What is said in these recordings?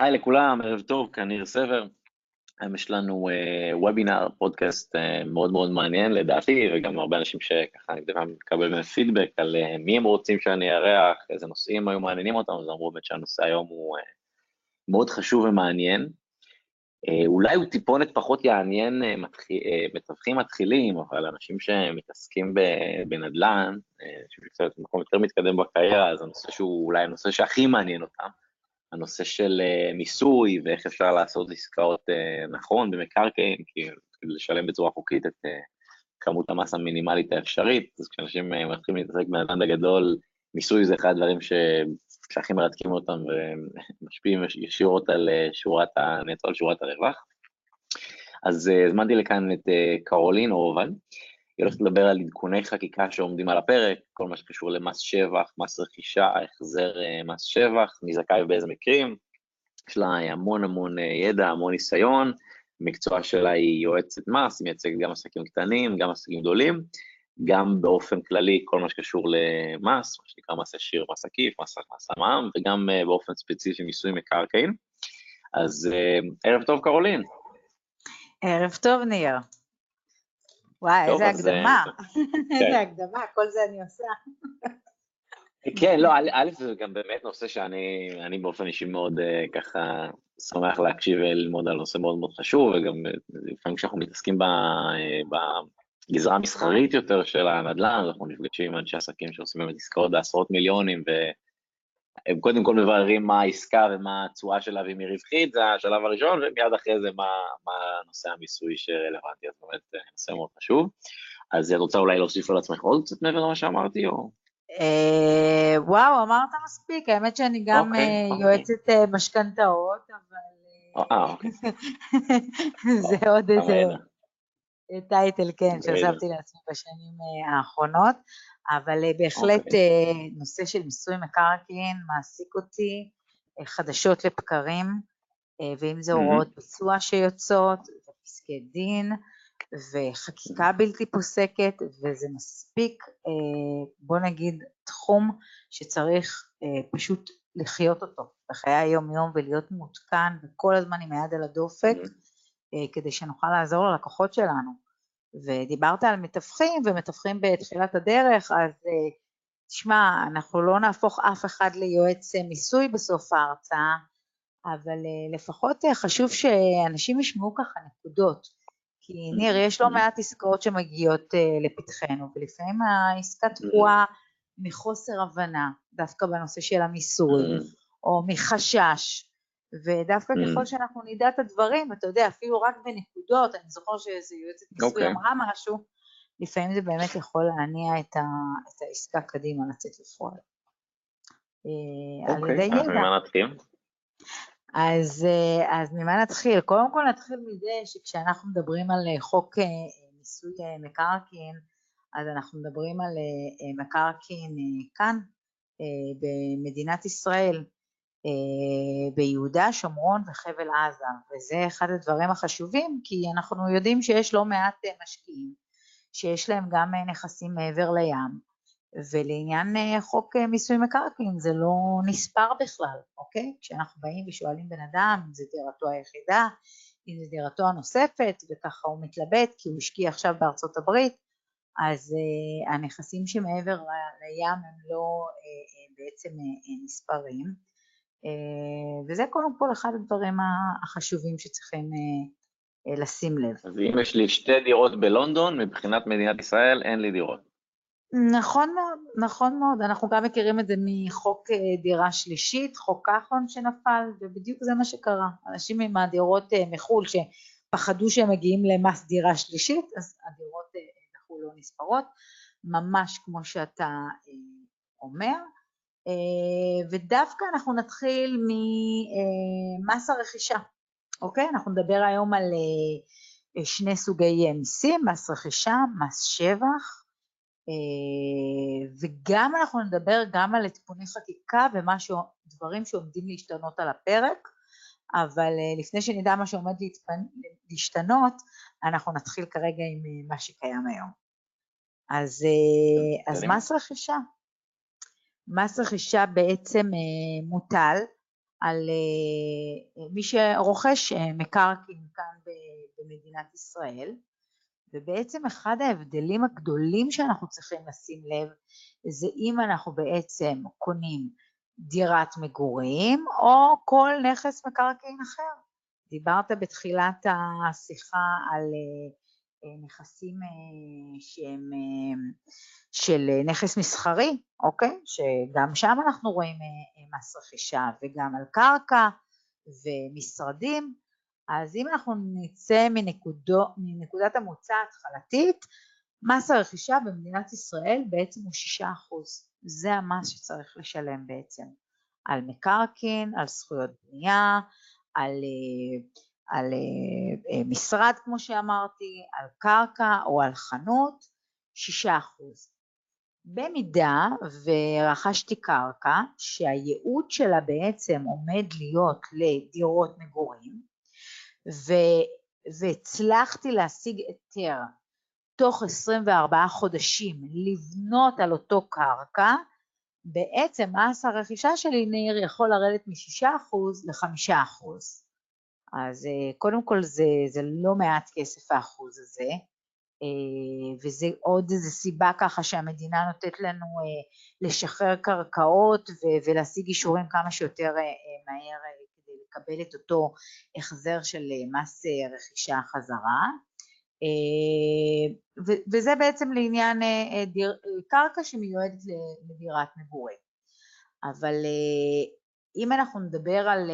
היי לכולם, ערב טוב, כאן ניר סבר. היום יש לנו וובינר, פודקאסט מאוד מאוד מעניין לדעתי, וגם הרבה אנשים שככה אני בדרך כלל מקבל מהם פידבק על מי הם רוצים שאני אארח, איזה נושאים היו מעניינים אותם, אז אמרו באמת שהנושא היום הוא מאוד חשוב ומעניין. אולי הוא טיפונת פחות יעניין מתווכים מתחילים, אבל אנשים שמתעסקים בנדל"ן, שנמצאים במקום יותר מתקדם בקריירה, אז הנושא שהוא אולי הנושא שהכי מעניין אותם, הנושא של מיסוי ואיך אפשר לעשות עסקאות נכון במקרקעין, כי לשלם בצורה חוקית את כמות המס המינימלית האפשרית, אז כשאנשים מתחילים להתעסק בנדל"ן הגדול, מיסוי זה אחד הדברים שהכי מרתקים אותם ומשפיעים ישירות על שורת הנטו, על שורת הרווח. אז הזמנתי לכאן את קרולין אורובן, היא הולכת לדבר על עדכוני חקיקה שעומדים על הפרק, כל מה שקשור למס שבח, מס רכישה, החזר מס שבח, מי זכאי ובאיזה מקרים. יש לה המון ידע, המון ניסיון, המקצוע שלה היא יועצת מס, היא מייצגת גם עסקים קטנים, גם עסקים גדולים, גם באופן כללי כל מה שקשור למס, מה שנקרא מס ישיר, מס עקיף, מס המע"מ, וגם באופן ספציפי מיסוי מקרקעין. אז ערב טוב קרולין. ערב טוב ניר. וואי, איזה הקדמה, איזה הקדמה, כל זה אני עושה. כן, לא, א' זה גם באמת נושא שאני באופן אישי מאוד ככה שמח להקשיב וללמוד על נושא מאוד מאוד חשוב, וגם לפעמים כשאנחנו מתעסקים בגזרה המסחרית יותר של הנדל"ן, אנחנו נפגשים עם אנשי עסקים שעושים באמת עסקאות בעשרות מיליונים, והם קודם כל מבררים מה העסקה ומה התשואה שלה ואם היא רווחית, זה השלב הראשון, ומיד אחרי זה מה הנושא המיסוי שרלוונטי, אז באמת נושא מאוד חשוב. אז את רוצה אולי להוסיף על עצמך עוד קצת מעבר למה שאמרתי, או? וואו, אמרת מספיק, האמת שאני גם יועצת משכנתאות, אבל זה עוד איזה טייטל, כן, שהוספתי לעצמי בשנים האחרונות, אבל בהחלט נושא של מיסוי מקרקעין מעסיק אותי חדשות לבקרים, ואם זה הוראות ביצוע שיוצאות, ופסקי דין, וחקיקה בלתי פוסקת, וזה מספיק, בוא נגיד, תחום שצריך פשוט לחיות אותו בחיי היום יום, ולהיות מותקן וכל הזמן עם היד על הדופק, כדי שנוכל לעזור ללקוחות שלנו. ודיברת על מתווכים, ומתווכים בתחילת הדרך, אז תשמע, אנחנו לא נהפוך אף אחד ליועץ מיסוי בסוף ההרצאה, אבל לפחות חשוב שאנשים ישמעו ככה נקודות, כי ניר, יש לא מעט עסקאות שמגיעות לפתחנו, ולפעמים העסקה תקועה מחוסר הבנה, דווקא בנושא של המיסוי, או מחשש, ודווקא ככל שאנחנו נדע את הדברים, אתה יודע, אפילו רק בנקודות, אני זוכר שאיזו יועצת מיסוי אמרה משהו, לפעמים זה באמת יכול להניע את העסקה קדימה, לצאת לפועל. על ידי ידע. ממה נתחיל? אז ממה נתחיל? קודם כל נתחיל מזה שכשאנחנו מדברים על חוק מיסוי מקרקעין, אז אנחנו מדברים על מקרקעין כאן, במדינת ישראל, ביהודה, שומרון וחבל עזה, וזה אחד הדברים החשובים, כי אנחנו יודעים שיש לא מעט משקיעים, שיש להם גם נכסים מעבר לים, ולעניין חוק מיסוי מקרקעין זה לא נספר בכלל, אוקיי? כשאנחנו באים ושואלים בן אדם אם זה דירתו היחידה, אם זה דירתו הנוספת, וככה הוא מתלבט כי הוא השקיע עכשיו בארצות הברית, אז הנכסים שמעבר לים הם לא בעצם נספרים, וזה קודם כל אחד הדברים החשובים שצריכים לשים לב. אז אם יש לי 2 דירות בלונדון, מבחינת מדינת ישראל אין לי דירות. נכון מאוד, נכון מאוד, אנחנו גם מכירים את זה מחוק דירה שלישית, חוק כחלון שנפל, ובדיוק זה מה שקרה, אנשים עם הדירות מחול שפחדו שהם מגיעים למס דירה שלישית, אז הדירות מחול לא נספרות, ממש כמו שאתה אומר, ודווקא אנחנו נתחיל ממס הרכישה, אוקיי? אנחנו נדבר היום על 2 סוגי מיסים, מס רכישה, מס שבח, וגם אנחנו נדבר גם על עדכוני חקיקה דברים שעומדים להשתנות על הפרק, אבל לפני שנדע מה שעומד להשתנות, אנחנו נתחיל כרגע עם מה שקיים היום. אז מס רכישה. מס רכישה בעצם מוטל על מי שרוכש מקרקעין כאן במדינת ישראל, ובעצם אחד ההבדלים הגדולים שאנחנו צריכים לשים לב, זה אם אנחנו בעצם קונים דירת מגורים, או כל נכס מקרקעין אחר. דיברת בתחילת השיחה על נכסים שהם של נכס מסחרי, אוקיי? שגם שם אנחנו רואים מס רכישה, וגם על קרקע ומשרדים. אז אם אנחנו נצא מנקודת המוצא ההתחלתית, מס הרכישה במדינת ישראל בעצם הוא 6%. זה המס שצריך לשלם בעצם על מקרקעין, על זכויות בנייה, על משרד כמו שאמרתי, על קרקע או על חנות, 6%. במידה ורכשתי קרקע שהייעוד שלה בעצם עומד להיות לדירות מגורים, והצלחתי להשיג היתר תוך 24 חודשים לבנות על אותו קרקע, בעצם מס הרכישה שלי ניר יכול לרדת מ6% ל5%. אז קודם כל זה לא מעט כסף האחוז הזה, וזה עוד איזו סיבה ככה שהמדינה נותנת לנו לשחרר קרקעות ולהשיג אישורים כמה שיותר מהר כדי לקבל את אותו החזר של מס רכישה חזרה. וזה בעצם לעניין קרקע שמיועדת לדירת מגורים. אבל אם אנחנו נדבר על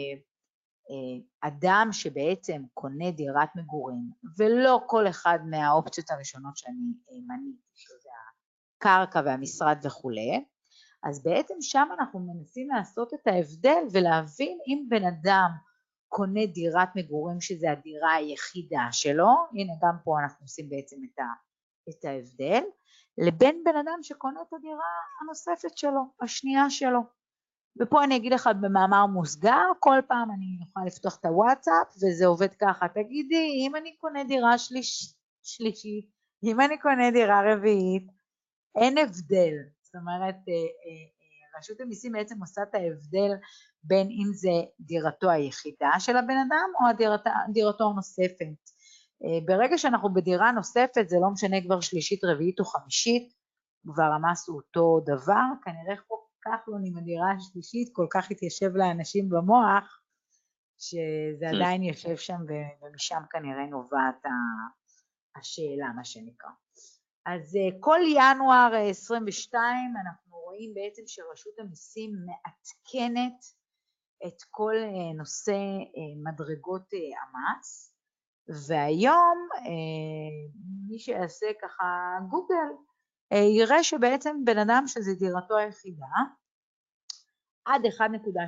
אדם שבעצם קונה דירת מגורים, ולא כל אחד מהאופציות הראשונות שאני מניתי, שזה הקרקע והמשרד וכו', אז בעצם שם אנחנו מנסים לעשות את ההבדל ולהבין אם בן אדם קונה דירת מגורים שזה הדירה היחידה שלו, הנה גם פה אנחנו עושים בעצם את ההבדל, לבין בן אדם שקונה את הדירה הנוספת שלו, השנייה שלו. ופה אני אגיד לך במאמר מוסגר, כל פעם אני יכולה לפתוח את הוואטסאפ וזה עובד ככה, תגידי אם אני קונה דירה שלישית, אם אני קונה דירה רביעית, אין הבדל. זאת אומרת, רשות המיסים בעצם עושה את ההבדל בין אם זה דירתו היחידה של הבן אדם או דירתו הנוספת. ברגע שאנחנו בדירה נוספת, זה לא משנה כבר שלישית, רביעית או חמישית, כבר המס הוא אותו דבר, כנראה כחלון עם הדירה השלישית כל כך התיישב לאנשים במוח, שזה עדיין יושב שם ומשם כנראה נובעת השאלה מה שנקרא. אז כל ינואר 22 אנחנו רואים בעצם שרשות המיסים מעדכנת את כל נושא מדרגות המס, והיום מי שיעשה ככה גוגל יראה שבעצם בן אדם שזה דירתו היחידה, עד 1.8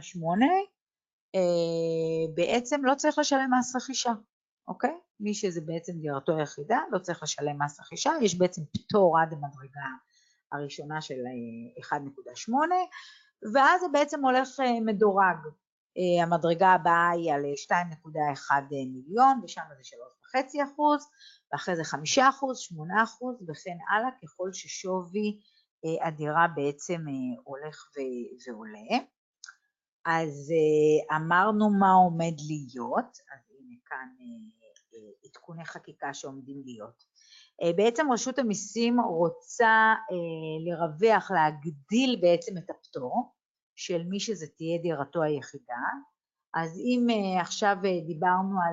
בעצם לא צריך לשלם מס רכישה, אוקיי? מי שזה בעצם דירתו היחידה לא צריך לשלם מס רכישה, יש בעצם פטור עד המדרגה הראשונה של 1.8, ואז זה בעצם הולך מדורג. המדרגה הבאה היא על 2.1 מיליון, ושם זה 3.5%, ואחרי זה 5%, 8% וכן הלאה, ככל ששווי הדירה בעצם הולך ועולה. אז אמרנו מה עומד להיות, אז הנה כאן עדכוני חקיקה שעומדים להיות. בעצם רשות המיסים רוצה לרווח, להגדיל בעצם את הפטור של מי שזה תהיה דירתו היחידה. אז אם עכשיו דיברנו על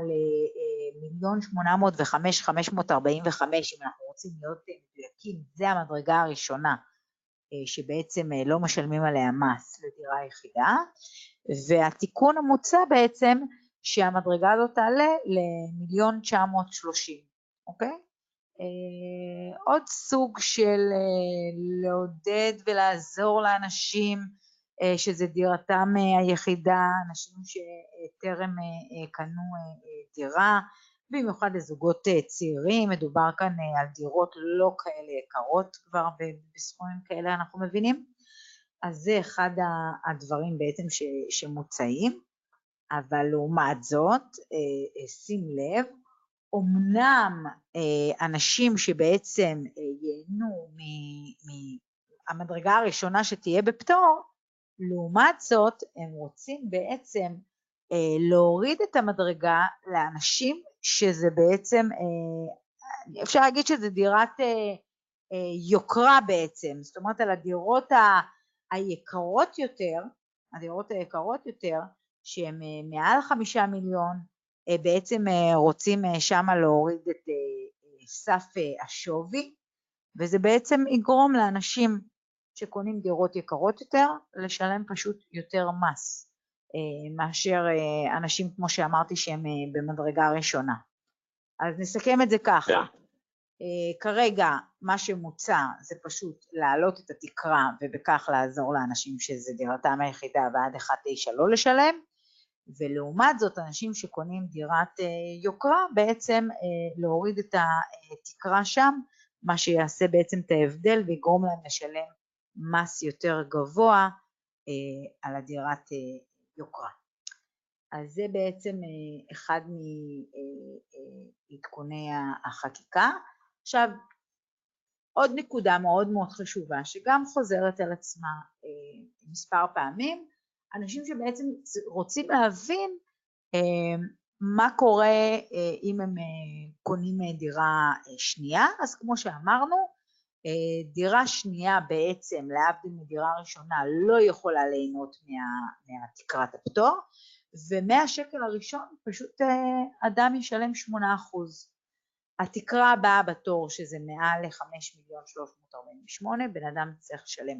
1,805,545, אם אנחנו רוצים להיות מדויקים, זה המדרגה הראשונה שבעצם לא משלמים עליה מס לדירה יחידה, והתיקון המוצע בעצם שהמדרגה הזאת תעלה ל1,930,000, אוקיי? עוד סוג של לעודד ולעזור לאנשים שזה דירתם היחידה, אנשים שטרם קנו דירה, במיוחד לזוגות צעירים, מדובר כאן על דירות לא כאלה יקרות כבר בסכומים כאלה אנחנו מבינים, אז זה אחד הדברים בעצם שמוצאים, אבל לעומת זאת, שים לב, אמנם אנשים שבעצם ייהנו מהמדרגה הראשונה שתהיה בפטור, לעומת זאת, הם רוצים בעצם להוריד את המדרגה לאנשים שזה בעצם, אפשר להגיד שזה דירת יוקרה בעצם, זאת אומרת על הדירות היקרות יותר, שהן מעל 5 מיליון, בעצם רוצים שמה להוריד את סף השווי, וזה בעצם יגרום לאנשים שקונים דירות יקרות יותר, לשלם פשוט יותר מס, מאשר אנשים כמו שאמרתי שהם במדרגה ראשונה. אז נסכם את זה ככה. כרגע מה שמוצע זה פשוט להעלות את התקרה, ובכך לעזור לאנשים שזה דירתם היחידה ועד 1.9 לא לשלם, ולעומת זאת אנשים שקונים דירת יוקרה בעצם להוריד את התקרה שם, מה שיעשה בעצם את ההבדל ויגרום להם לשלם מס יותר גבוה על הדירת יוקרה. אז זה בעצם אחד מעדכוני החקיקה. עכשיו, עוד נקודה מאוד מאוד חשובה שגם חוזרת על עצמה מספר פעמים, אנשים שבעצם רוצים להבין מה קורה אם הם קונים דירה שנייה. אז כמו שאמרנו, דירה שנייה בעצם להבדיל מדירה ראשונה לא יכולה ליהנות מהתקרת הפטור, ו100 שקל הראשון פשוט אדם ישלם 8%. התקרה הבאה בתור שזה מעל ל5,348,000, בן אדם צריך לשלם 10%,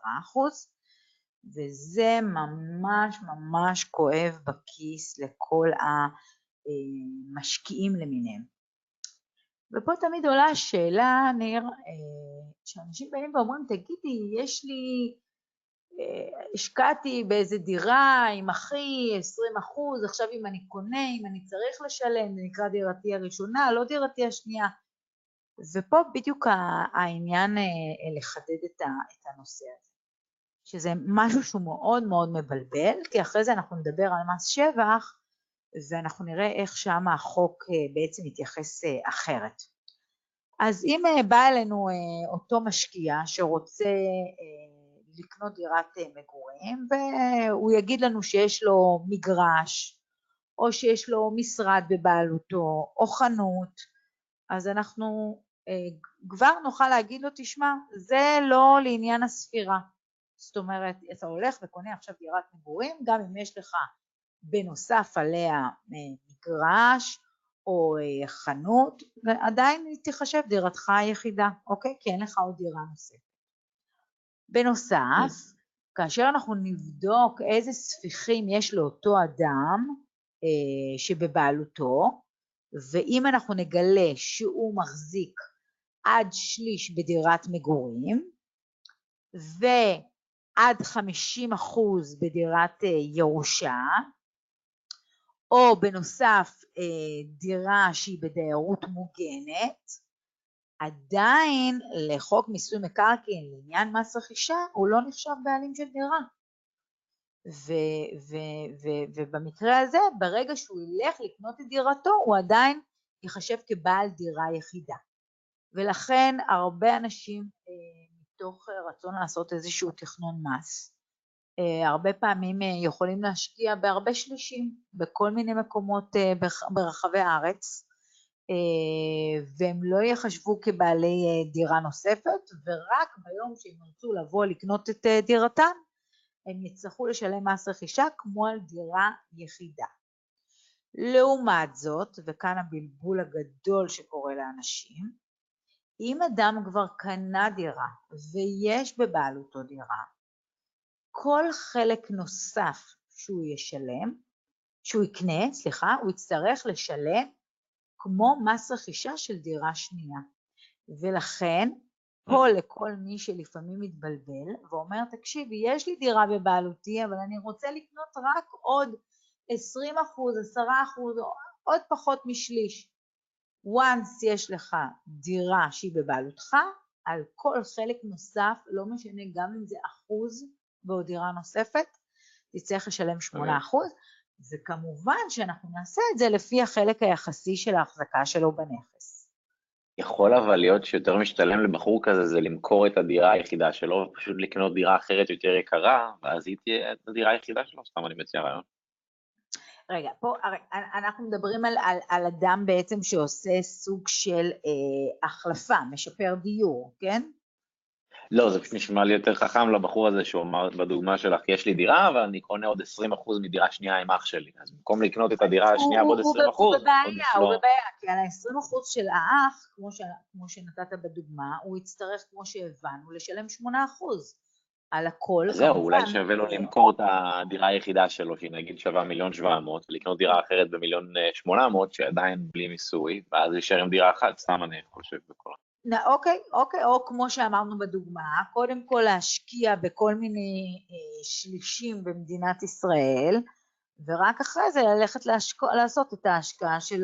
וזה ממש ממש כואב בכיס לכל המשקיעים למיניהם. ופה תמיד עולה השאלה, ניר, שאנשים באים ואומרים, תגידי, יש לי, השקעתי באיזה דירה עם אחי 20%, עכשיו אם אני קונה, אם אני צריך לשלם, זה נקרא דירתי הראשונה, לא דירתי השנייה. ופה בדיוק העניין לחדד את הנושא הזה, שזה משהו שהוא מאוד מאוד מבלבל, כי אחרי זה אנחנו נדבר על מס שבח, ואנחנו נראה איך שם החוק בעצם יתייחס אחרת. אז אם בא אלינו אותו משקיע שרוצה לקנות דירת מגורים, והוא יגיד לנו שיש לו מגרש, או שיש לו משרד בבעלותו, או חנות, אז אנחנו כבר נוכל להגיד לו, תשמע, זה לא לעניין הספירה. זאת אומרת, אתה הולך וקונה עכשיו דירת מגורים, גם אם יש לך בנוסף עליה מגרש או חנות, ועדיין תחשב דירתך היחידה, אוקיי? כי אין לך עוד דירה נוספת. בנוסף, כאשר אנחנו נבדוק איזה ספיחים יש לאותו אדם שבבעלותו, ואם אנחנו נגלה שהוא מחזיק עד שליש בדירת מגורים, ועד 50% בדירת ירושה, או בנוסף דירה שהיא בדיירות מוגנת, עדיין לחוק מיסוי מקרקעין לעניין מס רכישה הוא לא נחשב בעלים של דירה. ובמקרה הזה ברגע שהוא ילך לקנות את דירתו הוא עדיין יחשב כבעל דירה יחידה. ולכן הרבה אנשים מתוך רצון לעשות איזשהו תכנון מס, הרבה פעמים יכולים להשקיע בהרבה שלישים בכל מיני מקומות ברחבי הארץ, והם לא יחשבו כבעלי דירה נוספת, ורק ביום שהם ירצו לבוא לקנות את דירתם, הם יצטרכו לשלם מס רכישה כמו על דירה יחידה. לעומת זאת, וכאן הבלבול הגדול שקורה לאנשים, אם אדם כבר קנה דירה ויש בבעלותו דירה, כל חלק נוסף שהוא יקנה, הוא יצטרך לשלם כמו מס רכישה של דירה שנייה. ולכן, פה לכל מי שלפעמים מתבלבל ואומר, תקשיב, יש לי דירה בבעלותי, אבל אני רוצה לקנות רק עוד 20%, 10%, או עוד פחות משליש. once יש לך דירה שהיא בבעלותך, על כל חלק נוסף, לא משנה גם אם זה אחוז בעוד דירה נוספת, תצטרך לשלם 8%, וכמובן שאנחנו נעשה את זה לפי החלק היחסי של ההחזקה שלו בנכס. יכול אבל להיות שיותר משתלם לבחור כזה זה למכור את הדירה היחידה שלו, ופשוט לקנות דירה אחרת יותר יקרה, ואז היא תהיה את הדירה היחידה שלו, סתם אני מציע רעיון. רגע, פה אנחנו מדברים על אדם בעצם שעושה סוג של החלפה, משפר דיור, כן? לא, זה פשוט נשמע לי יותר חכם לבחור הזה שהוא אמר בדוגמה שלך, יש לי דירה, אבל אני קונה עוד 20% מדירה שנייה עם אח שלי. אז במקום לקנות את הדירה השנייה בעוד 20%, הוא בבעיה, לו... כי על ה-20% של האח, כמו שנתת בדוגמה, הוא יצטרך, כמו שהבנו, לשלם 8% על הכל, זהו, כמובן. אולי שווה לו למכור את הדירה היחידה שלו, שהיא נגיד שווה 1,700,000, ולקנות דירה אחרת ב1,800,000, שעדיין בלי מיסוי, ואז להישאר עם דירה אחת, סתם אני חושב בכל. אוקיי, או כמו שאמרנו בדוגמה, קודם כל להשקיע בכל מיני שלישים במדינת ישראל, ורק אחרי זה ללכת לעשות את ההשקעה של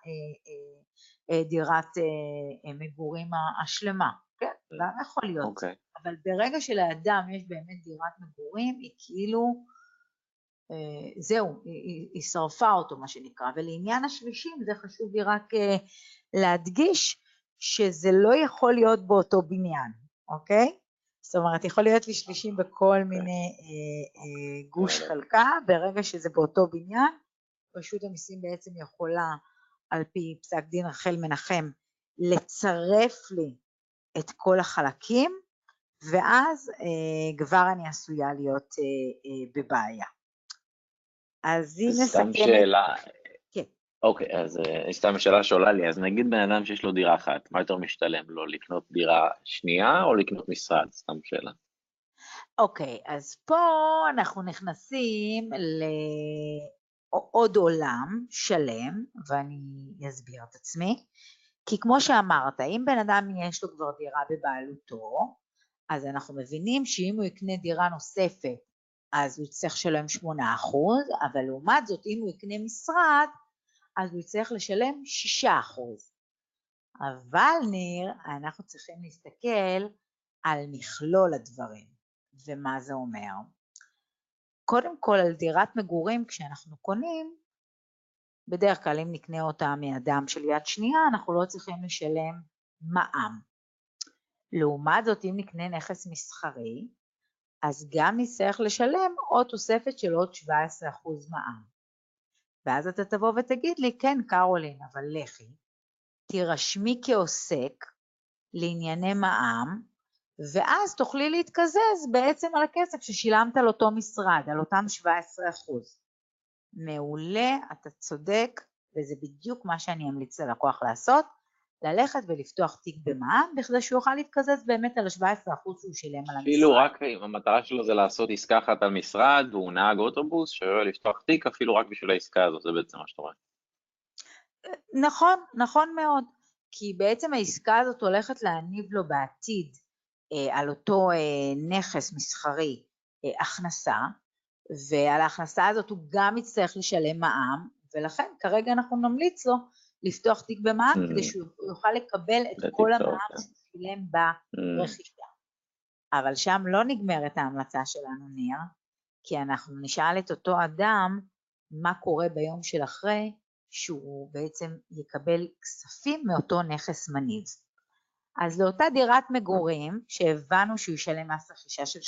דירת מגורים השלמה, כן, גם יכול להיות. אוקיי. אבל ברגע שלאדם יש באמת דירת מגורים, היא כאילו, זהו, היא שרפה אותו מה שנקרא. ולעניין השלישים זה חשוב לי רק להדגיש, שזה לא יכול להיות באותו בניין, אוקיי? זאת אומרת, יכול להיות לי שלישים בכל מיני גוש חלקה, ברגע שזה באותו בניין, רשות המיסים בעצם יכולה, על פי פסק דין רחל מנחם, לצרף לי את כל החלקים, ואז כבר אני עשויה להיות בבעיה. אז היא מסכמת... סתם שאלה. כן. אוקיי, אז סתם שאלה שעולה לי, אז נגיד בן אדם שיש לו דירה אחת, מה יותר משתלם לו, לקנות דירה שנייה או לקנות משרד? סתם שאלה. אוקיי, אז פה אנחנו נכנסים לעוד עולם שלם, ואני אסביר את עצמי, כי כמו שאמרת, אם בן אדם יש לו כבר דירה בבעלותו, אז אנחנו מבינים שאם הוא יקנה דירה נוספת, אז הוא יצטרך לשלם 8%, אבל לעומת זאת, אם הוא יקנה משרד, אז הוא יצטרך לשלם 6%. אבל ניר, אנחנו צריכים להסתכל על מכלול הדברים. ומה זה אומר? קודם כל, על דירת מגורים, כשאנחנו קונים, בדרך כלל אם נקנה אותה מאדם של יד שנייה, אנחנו לא צריכים לשלם מע"מ. לעומת זאת, אם נקנה נכס מסחרי, אז גם נצטרך לשלם עוד תוספת של עוד 17% מע"מ. ואז אתה תבוא ותגיד לי, כן קרולין, אבל לכי, תירשמי כעוסק לענייני מע"מ, ואז תוכלי להתקזז בעצם על הכסף ששילמת על אותו משרד, על אותם 17%. מעולה, אתה צודק, וזה בדיוק מה שאני אמליץ ללקוח לעשות, ללכת ולפתוח תיק במע"מ, בכדי שהוא יוכל להתקזז באמת על ה-17% שהוא שילם על המשרד. אפילו רק אם המטרה שלו זה לעשות עסקה אחת על משרד, והוא נהג אוטובוס, שווה לפתוח תיק אפילו רק בשביל העסקה הזאת, זה בעצם מה שאתה רואה. נכון, נכון מאוד, כי בעצם העסקה הזאת הולכת להניב לו בעתיד, על אותו נכס מסחרי הכנסה, ועל ההכנסה הזאת הוא גם יצטרך לשלם מע"מ, ולכן כרגע אנחנו נמליץ לו לפתוח תיק במע"מ, כדי שהוא יוכל לקבל את כל המע"מ ששילם ברכישה. אבל שם לא נגמרת ההמלצה שלנו, ניר, כי אנחנו נשאל את אותו אדם מה קורה ביום של אחרי, שהוא בעצם יקבל כספים מאותו נכס מניב. אז לאותה דירת מגורים, שהבנו שהוא ישלם מס רכישה של 8%,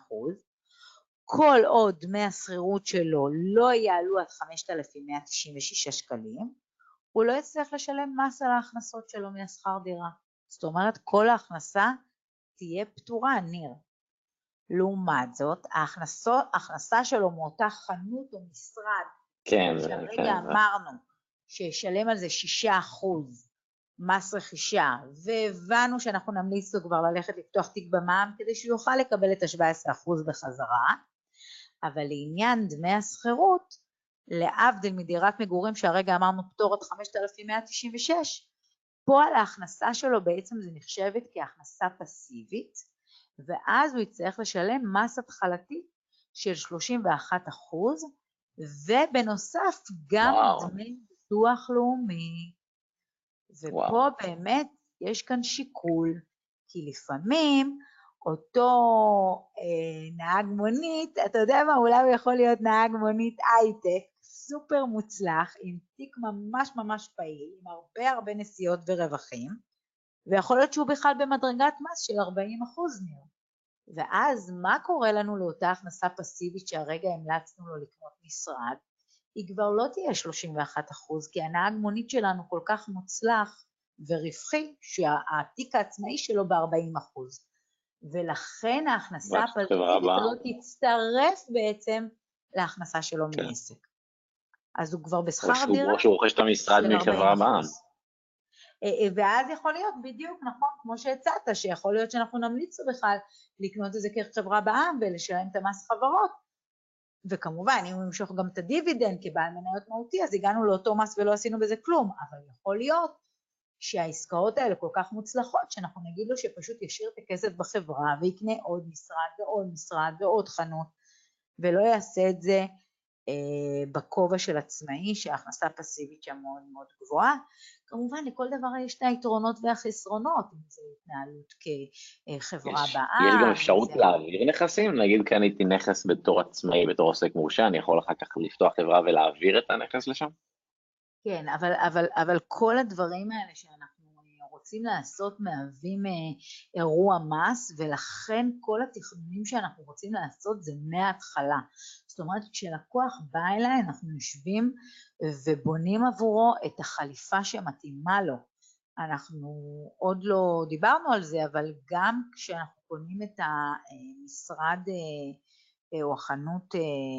כל עוד דמי השכירות שלו לא יעלו עד 5,196 שקלים, הוא לא יצטרך לשלם מס על ההכנסות שלו מהשכר דירה. זאת אומרת, כל ההכנסה תהיה פטורה, ניר. לעומת זאת, ההכנסה שלו מאותה חנות או משרד, כן, שהרגע אמרנו שישלם על זה 6% מס רכישה, והבנו שאנחנו נמליץ לו כבר ללכת לפתוח תיק במע"מ, כדי שהוא יוכל לקבל את ה-17% בחזרה, אבל לעניין דמי השכירות, להבדיל מדירת מגורים שהרגע אמרנו פטור עד 5,196, פה על ההכנסה שלו בעצם זה נחשבת כהכנסה פסיבית, ואז הוא יצטרך לשלם מס התחלתי של 31%, ובנוסף גם דמי ביטוח לאומי. ופה באמת יש כאן שיקול, כי לפעמים אותו נהג מונית, אתה יודע מה, אולי הוא יכול להיות נהג מונית הייטק, סופר מוצלח, עם תיק ממש ממש פעיל, עם הרבה נסיעות ורווחים, ויכול להיות שהוא בכלל במדרגת מס של 40% ניר. ואז מה קורה לנו לאותה הכנסה פסיבית שהרגע המלצנו לו לקנות משרד? היא כבר לא תהיה 31%, כי הנהג מונית שלנו כל כך מוצלח ורווחי, שהתיק העצמאי שלו ב-40%. ולכן ההכנסה הפסיבית לא תצטרף בעצם להכנסה שלו מעסק. אז הוא כבר בשכר דירה. או שהוא רוכש את המשרד מחברה בע"מ. ואז יכול להיות בדיוק נכון, כמו שהצעת, שיכול להיות שאנחנו נמליץ בכלל לקנות את זה כחברה בע"מ ולשלם את המס חברות, וכמובן אם הוא ימשוך גם את הדיבידנד כבעל מניות מהותי, אז הגענו לאותו מס ולא עשינו בזה כלום, אבל יכול להיות שהעסקאות האלה כל כך מוצלחות, שאנחנו נגיד לו שפשוט ישאיר את הכסף בחברה, ויקנה עוד משרד ועוד משרד ועוד חנות, ולא יעשה את זה בכובע של עצמאי, שההכנסה הפסיבית שם מאוד מאוד גבוהה. כמובן לכל דבר יש את היתרונות והחסרונות, אם זה התנהלות כחברה בע"מ. יש גם אפשרות להעביר נכסים, נגיד קניתי נכס בתור עצמאי, בתור עוסק מורשה, אני יכול אחר כך לפתוח חברה ולהעביר את הנכס לשם? כן, אבל כל הדברים האלה שאנחנו רוצים לעשות מהווים אירוע מס, ולכן כל התכנונים שאנחנו רוצים לעשות זה מההתחלה. זאת אומרת, כשלקוח בא אליי, אנחנו יושבים ובונים עבורו את החליפה שמתאימה לו. אנחנו עוד לא דיברנו על זה, אבל גם כשאנחנו קונים את המשרד או החנות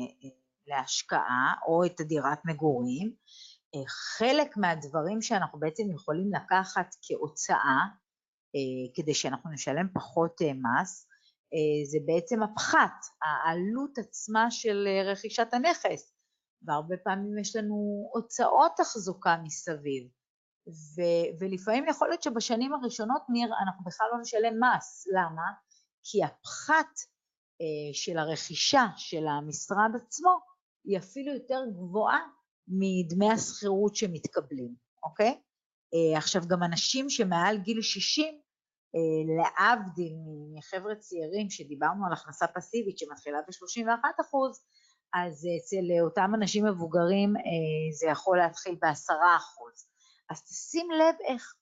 להשקעה, או את הדירת מגורים, חלק מהדברים שאנחנו בעצם יכולים לקחת כהוצאה, כדי שאנחנו נשלם פחות מס, זה בעצם הפחת, העלות עצמה של רכישת הנכס, והרבה פעמים יש לנו הוצאות תחזוקה מסביב, ולפעמים יכול להיות שבשנים הראשונות ניר, אנחנו בכלל לא נשלם מס. למה? כי הפחת של הרכישה של המשרד עצמו, היא אפילו יותר גבוהה מדמי השכירות שמתקבלים, אוקיי? עכשיו גם אנשים שמעל גיל 60, להבדיל מחבר'ה צעירים שדיברנו על הכנסה פסיבית שמתחילה ב-31%, אז אצל אותם אנשים מבוגרים זה יכול להתחיל ב10%. אז תשים לב איך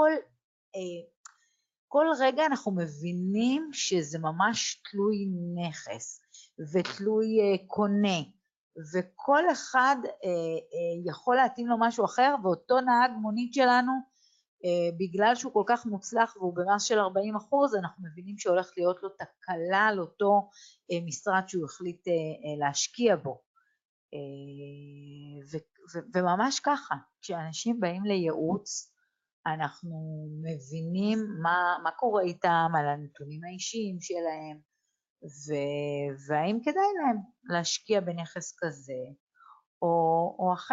כל רגע אנחנו מבינים שזה ממש תלוי נכס ותלוי קונה, וכל אחד יכול להתאים לו משהו אחר, ואותו נהג מונית שלנו, בגלל שהוא כל כך מוצלח והוא במס של 40%, אנחנו מבינים שהולך להיות לו תקלה על אותו משרד שהוא החליט להשקיע בו. וממש ככה, כשאנשים באים לייעוץ, אנחנו מבינים מה קורה איתם, על הנתונים האישיים שלהם, והאם כדאי להם להשקיע בנכס כזה או אחר.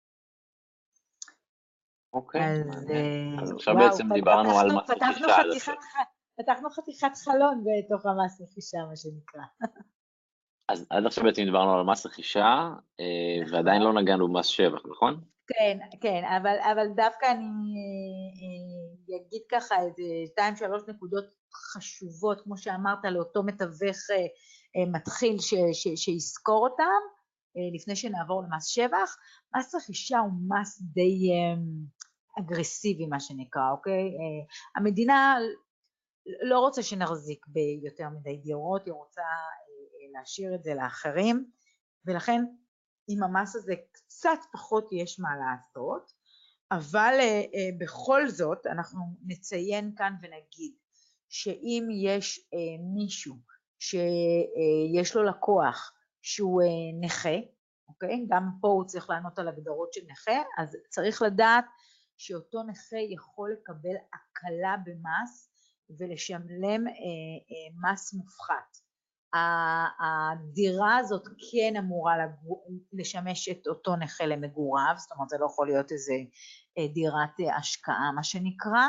אוקיי, אז עכשיו בעצם דיברנו על מס רכישה. פתחנו חתיכת חלון בתוך המס רכישה, מה שנקרא. אז עד עכשיו בעצם דיברנו על מס רכישה, ועדיין לא נגענו במס שבח, נכון? כן, כן, אבל דווקא אני אגיד ככה איזה 2-3 נקודות חשובות, כמו שאמרת, לאותו מתווך מתחיל שיזכור אותם, לפני שנעבור למס שבח. מס רכישה הוא מס די אגרסיבי, מה שנקרא, אוקיי? המדינה לא רוצה שנחזיק ביותר מדי דירות, היא רוצה להשאיר את זה לאחרים, ולכן עם המס הזה קצת פחות יש מה לעשות, אבל בכל זאת אנחנו נציין כאן ונגיד שאם יש מישהו שיש לו לקוח שהוא נכה, אוקיי? גם פה הוא צריך לענות על הגדרות של נכה, אז צריך לדעת שאותו נכה יכול לקבל הקלה במס ולשלם מס מופחת. הדירה הזאת כן אמורה לשמש את אותו נכה למגוריו, זאת אומרת זה לא יכול להיות איזה דירת השקעה מה שנקרא.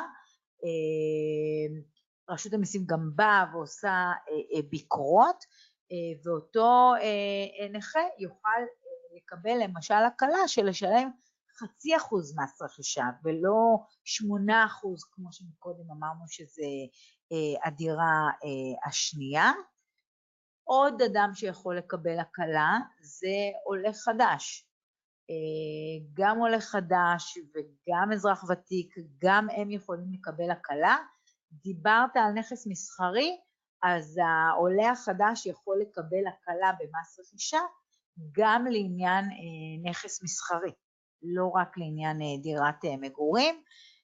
רשות המיסים גם באה ועושה ביקורות, ואותו נכה יוכל לקבל למשל הקלה של לשלם 0.5% מס רכישה ולא 8% כמו שקודם אמרנו שזה הדירה השנייה. עוד אדם שיכול לקבל הקלה זה עולה חדש. גם עולה חדש וגם אזרח ותיק, גם הם יכולים לקבל הקלה. דיברת על נכס מסחרי, אז העולה החדש יכול לקבל הקלה במס רכישה, גם לעניין נכס מסחרי, לא רק לעניין דירת מגורים,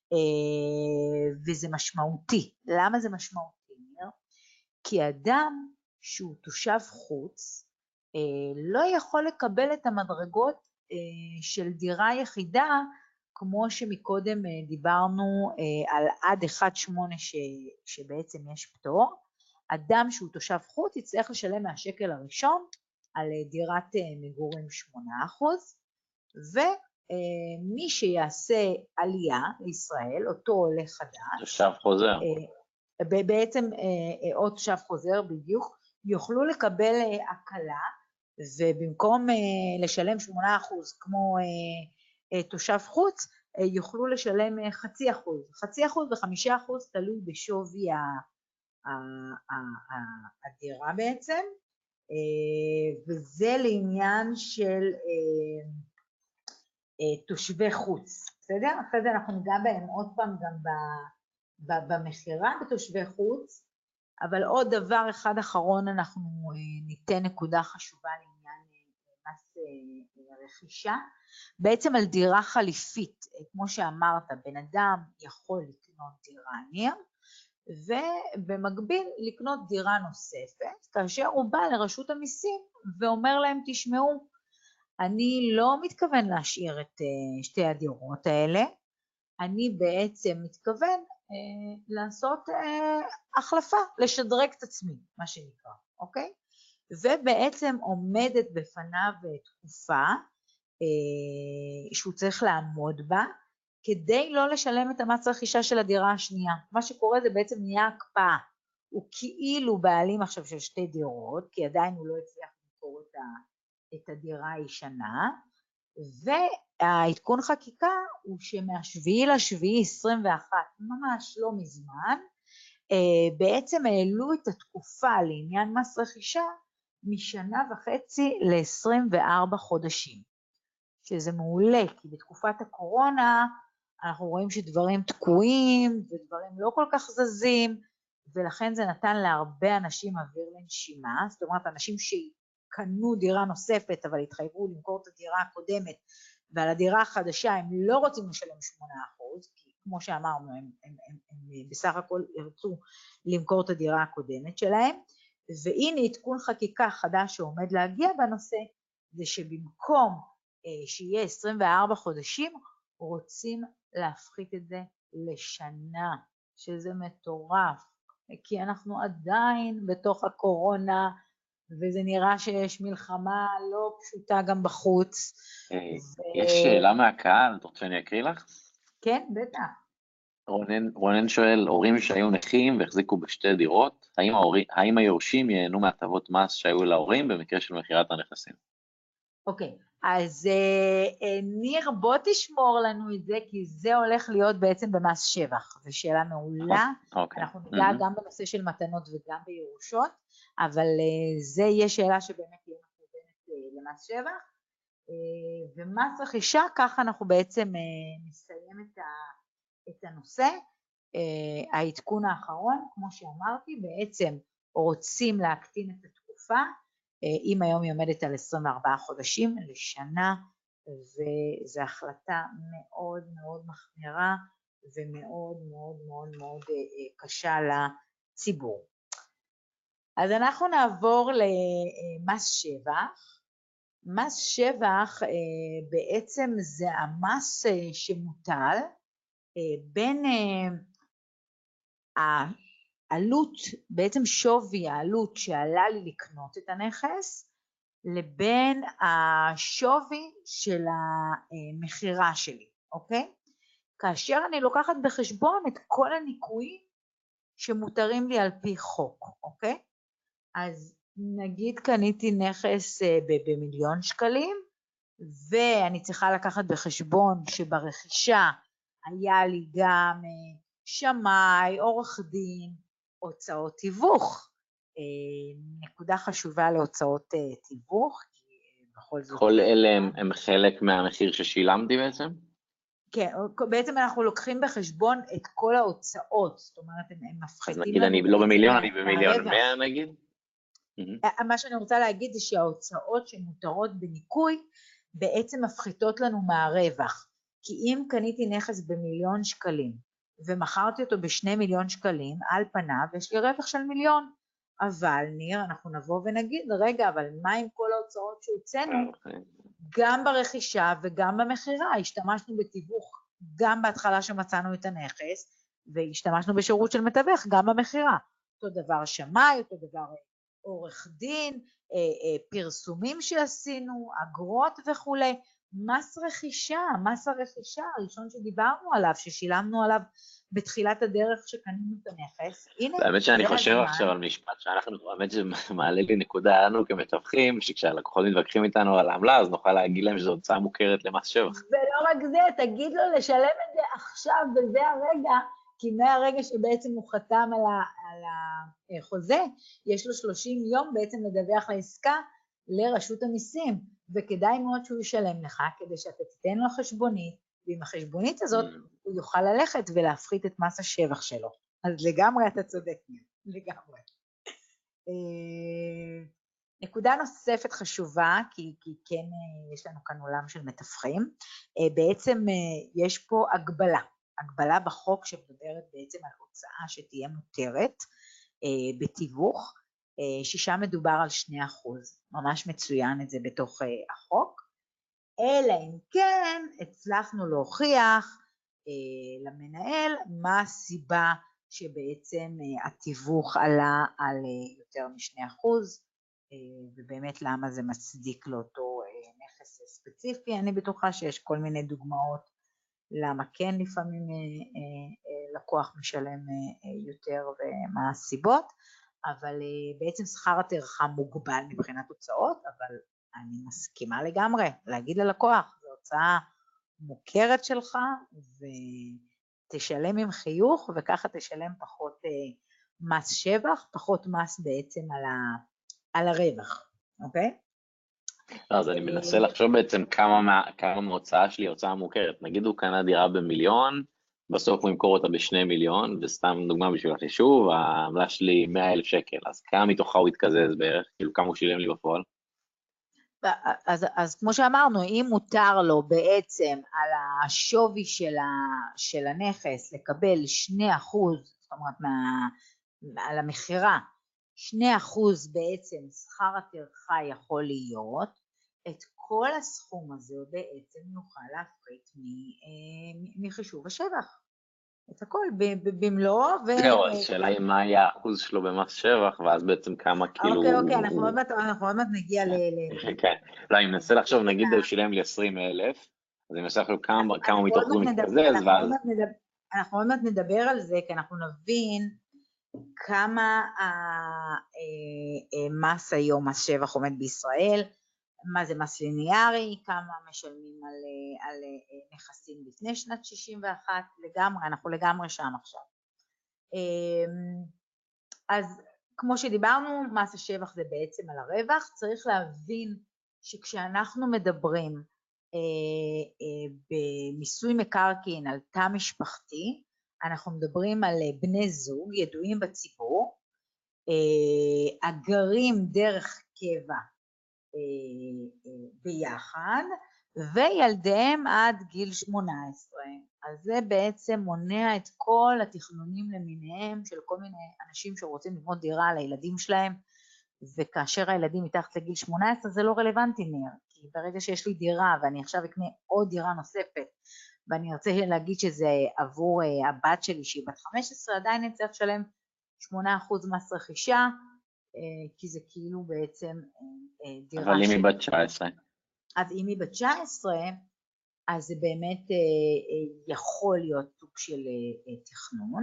וזה משמעותי. למה זה משמעותי? כי אדם שהוא תושב חוץ, לא יכול לקבל את המדרגות של דירה יחידה, כמו שמקודם דיברנו על עד 1.8 שבעצם יש פטור. אדם שהוא תושב חוץ יצטרך לשלם מהשקל הראשון על דירת מגורים 8%, ומי שיעשה עלייה לישראל, אותו עולה חדש, תושב חוזר. בעצם או תושב חוזר בדיוק, יוכלו לקבל הקלה, ובמקום לשלם 8% כמו תושב חוץ, יוכלו לשלם 0.5%, 0.5% ו5% תלוי בשווי הדירה בעצם, וזה לעניין של תושבי חוץ, בסדר? אחרי זה אנחנו ניגע בהם עוד פעם גם במחירה בתושבי חוץ, אבל עוד דבר אחד אחרון, אנחנו ניתן נקודה חשובה לעניין מס רכישה. בעצם על דירה חליפית, כמו שאמרת, בן אדם יכול לקנות דירה ניר, ובמקביל לקנות דירה נוספת, כאשר הוא בא לרשות המיסים ואומר להם, תשמעו, אני לא מתכוון להשאיר את שתי הדירות האלה, אני בעצם מתכוון לעשות החלפה, לשדרג את עצמי, מה שנקרא, אוקיי? ובעצם עומדת בפניו תקופה שהוא צריך לעמוד בה, כדי לא לשלם את המס רכישה של הדירה השנייה. מה שקורה זה בעצם נהיה הקפאה, הוא כאילו בעלים עכשיו של שתי דירות, כי עדיין הוא לא הצליח למכור את הדירה הישנה, והעדכון חקיקה הוא שמה7.7.21, ממש לא מזמן, בעצם העלו את התקופה לעניין מס רכישה מ1.5 ל24 חודשים, שזה מעולה, כי בתקופת הקורונה אנחנו רואים שדברים תקועים ודברים לא כל כך זזים, ולכן זה נתן להרבה אנשים אוויר לנשימה, זאת אומרת אנשים שקנו דירה נוספת אבל התחייבו למכור את הדירה הקודמת, ועל הדירה החדשה הם לא רוצים לשלם 8%, כי כמו שאמרנו הם בסך הכל ירצו למכור את הדירה הקודמת שלהם, והנה עדכון חקיקה חדש שעומד להגיע בנושא, זה שבמקום שיהיה 24 חודשים, רוצים להפחית את זה לשנה, שזה מטורף, כי אנחנו עדיין בתוך הקורונה, וזה נראה שיש מלחמה לא פשוטה גם בחוץ. יש שאלה מהקהל, אתה רוצה שאני אקריא לך? כן, בטח. רונן שואל, הורים שהיו נכים והחזיקו בשתי דירות, האם היורשים ייהנו מהטבות מס שהיו להורים במקרה של מכירת הנכסים? אוקיי, אז ניר, בוא תשמור לנו את זה, כי זה הולך להיות בעצם במס שבח, זו שאלה מעולה, אנחנו ניגע גם בנושא של מתנות וגם בירושות, אבל זה יהיה שאלה שבאמת תהיה מכוונת למס שבח, ומס רכישה, ככה אנחנו בעצם נסיים את הנושא. העדכון האחרון, כמו שאמרתי, בעצם רוצים להקטין את התקופה, אם היום היא עומדת על 24 חודשים לשנה, וזו החלטה מאוד מאוד מחמירה, ומאוד מאוד מאוד מאוד קשה לציבור. אז אנחנו נעבור למס שבח. מס שבח בעצם זה המס שמוטל בין העלות, בעצם שווי העלות שעלה לי לקנות את הנכס, לבין השווי של המחירה שלי, אוקיי? כאשר אני לוקחת בחשבון את כל הניכויים שמותרים לי על פי חוק, אוקיי? אז נגיד קניתי נכס ב1,000,000 שקלים, ואני צריכה לקחת בחשבון שברכישה היה לי גם שמאי, עורך דין, הוצאות תיווך. נקודה חשובה להוצאות תיווך, כי בכל זאת. כל אלה הם חלק מהמחיר ששילמתי בעצם? כן, בעצם אנחנו לוקחים בחשבון את כל ההוצאות, זאת אומרת, הם מפחיתים. אז נגיד אני לא במיליון, אני במיליון 100 נגיד? מה שאני רוצה להגיד זה שההוצאות שמותרות בניכוי, בעצם מפחיתות לנו מהרווח. כי אם קניתי נכס ב1,000,000 שקלים, ומכרתי אותו ב2 מיליון שקלים, על פניו יש לי רווח של 1,000,000. אבל ניר, אנחנו נבוא ונגיד, רגע, אבל מה עם כל ההוצאות שהוצאנו? גם ברכישה וגם במחירה, השתמשנו בתיווך גם בהתחלה שמצאנו את הנכס, והשתמשנו בשירות של מתווך גם במחירה. אותו דבר שמאי, אותו דבר עורך דין, פרסומים שעשינו, אגרות וכו'. מס הרכישה הראשון שדיברנו עליו, ששילמנו עליו בתחילת הדרך שקנינו את הנכס. האמת שאני חושב עכשיו על משפט שאנחנו, האמת שמעלה לי נקודה לנו כמתווכים, שכשהלקוחות מתווכחים איתנו על העמלה, אז נוכל להגיד להם שזו הוצאה מוכרת למס שבח. ולא רק זה, תגיד לו לשלם את זה עכשיו, וזה הרגע, כי מהרגע שבעצם הוא חתם על החוזה, יש לו 30 יום בעצם לדווח לעסקה לרשות המיסים, וכדאי מאוד שהוא ישלם לך, כדי שאתה תיתן לו חשבונית, ועם החשבונית הזאת הוא יוכל ללכת ולהפחית את מס השבח שלו. אז לגמרי אתה צודק, לגמרי. נקודה נוספת חשובה, כי כן יש לנו כאן עולם של מתווכים, בעצם יש פה הגבלה בחוק שמדברת בעצם על הוצאה שתהיה מותרת בתיווך, ששם מדובר על 2%, ממש מצוין את זה בתוך החוק, אלא אם כן הצלחנו להוכיח למנהל מה הסיבה שבעצם התיווך עלה על יותר מ2%, ובאמת למה זה מצדיק לאותו נכס ספציפי. אני בטוחה שיש כל מיני דוגמאות למה כן לפעמים לקוח משלם יותר ומה הסיבות, אבל בעצם שכר הטרחה מוגבל מבחינת הוצאות, אבל אני מסכימה לגמרי להגיד ללקוח, זו הוצאה מוכרת שלך ותשלם עם חיוך, וככה תשלם פחות מס שבח, פחות מס בעצם על הרווח, אוקיי? אז אני מנסה לחשוב בעצם כמה מההוצאה שלי הוצאה מוכרת. נגיד הוא קנה דירה ב1,000,000, בסוף הוא ימכור אותה ב2 מיליון, וסתם דוגמה בשביל החישוב, העמלה שלי 100,000 שקל, אז כמה מתוכה הוא יתקזז בערך, כאילו כמה הוא שילם לי בפועל? אז כמו שאמרנו, אם מותר לו בעצם על השווי של הנכס לקבל 2%, זאת אומרת על המחירה, 2% בעצם שכר הטרחה יכול להיות, את כל הסכום הזה בעצם נוכל להפחית מחישוב השבח. את הכל במלואו. זהו, אז שאלה היא מה היה האחוז שלו במס שבח, ואז בעצם כמה כאילו... אוקיי, אנחנו עוד מעט נגיע כן, לא, אם ננסה לחשוב, נגיד הוא שילם לי 20,000, אז אני מנסה לחשוב כמה מתוך זה מתקזז, ואז... אנחנו עוד מעט נדבר על זה, כי אנחנו נבין כמה המס היום, מס שבח עומד בישראל, מה זה מס ליניארי, כמה משלמים על נכסים לפני שנת 61, לגמרי, אנחנו לגמרי שם עכשיו. אז כמו שדיברנו, מס השבח זה בעצם על הרווח, צריך להבין שכשאנחנו מדברים במיסוי מקרקעין על תא משפחתי, אנחנו מדברים על בני זוג ידועים בציבור, הגרים דרך קבע ביחד, וילדיהם עד גיל 18. אז זה בעצם מונע את כל התכנונים למיניהם של כל מיני אנשים שרוצים לבנות דירה לילדים שלהם, וכאשר הילדים מתחת לגיל 18 זה לא רלוונטי ניר, כי ברגע שיש לי דירה ואני עכשיו אקנה עוד דירה נוספת, ואני ארצה להגיד שזה עבור הבת שלי שהיא בת 15, עדיין אני צריך לשלם 8% מס רכישה, כי זה כאילו בעצם דירה אבל אם היא בת 19. אז אם היא בת 19, אז זה באמת יכול להיות סוג של תכנון,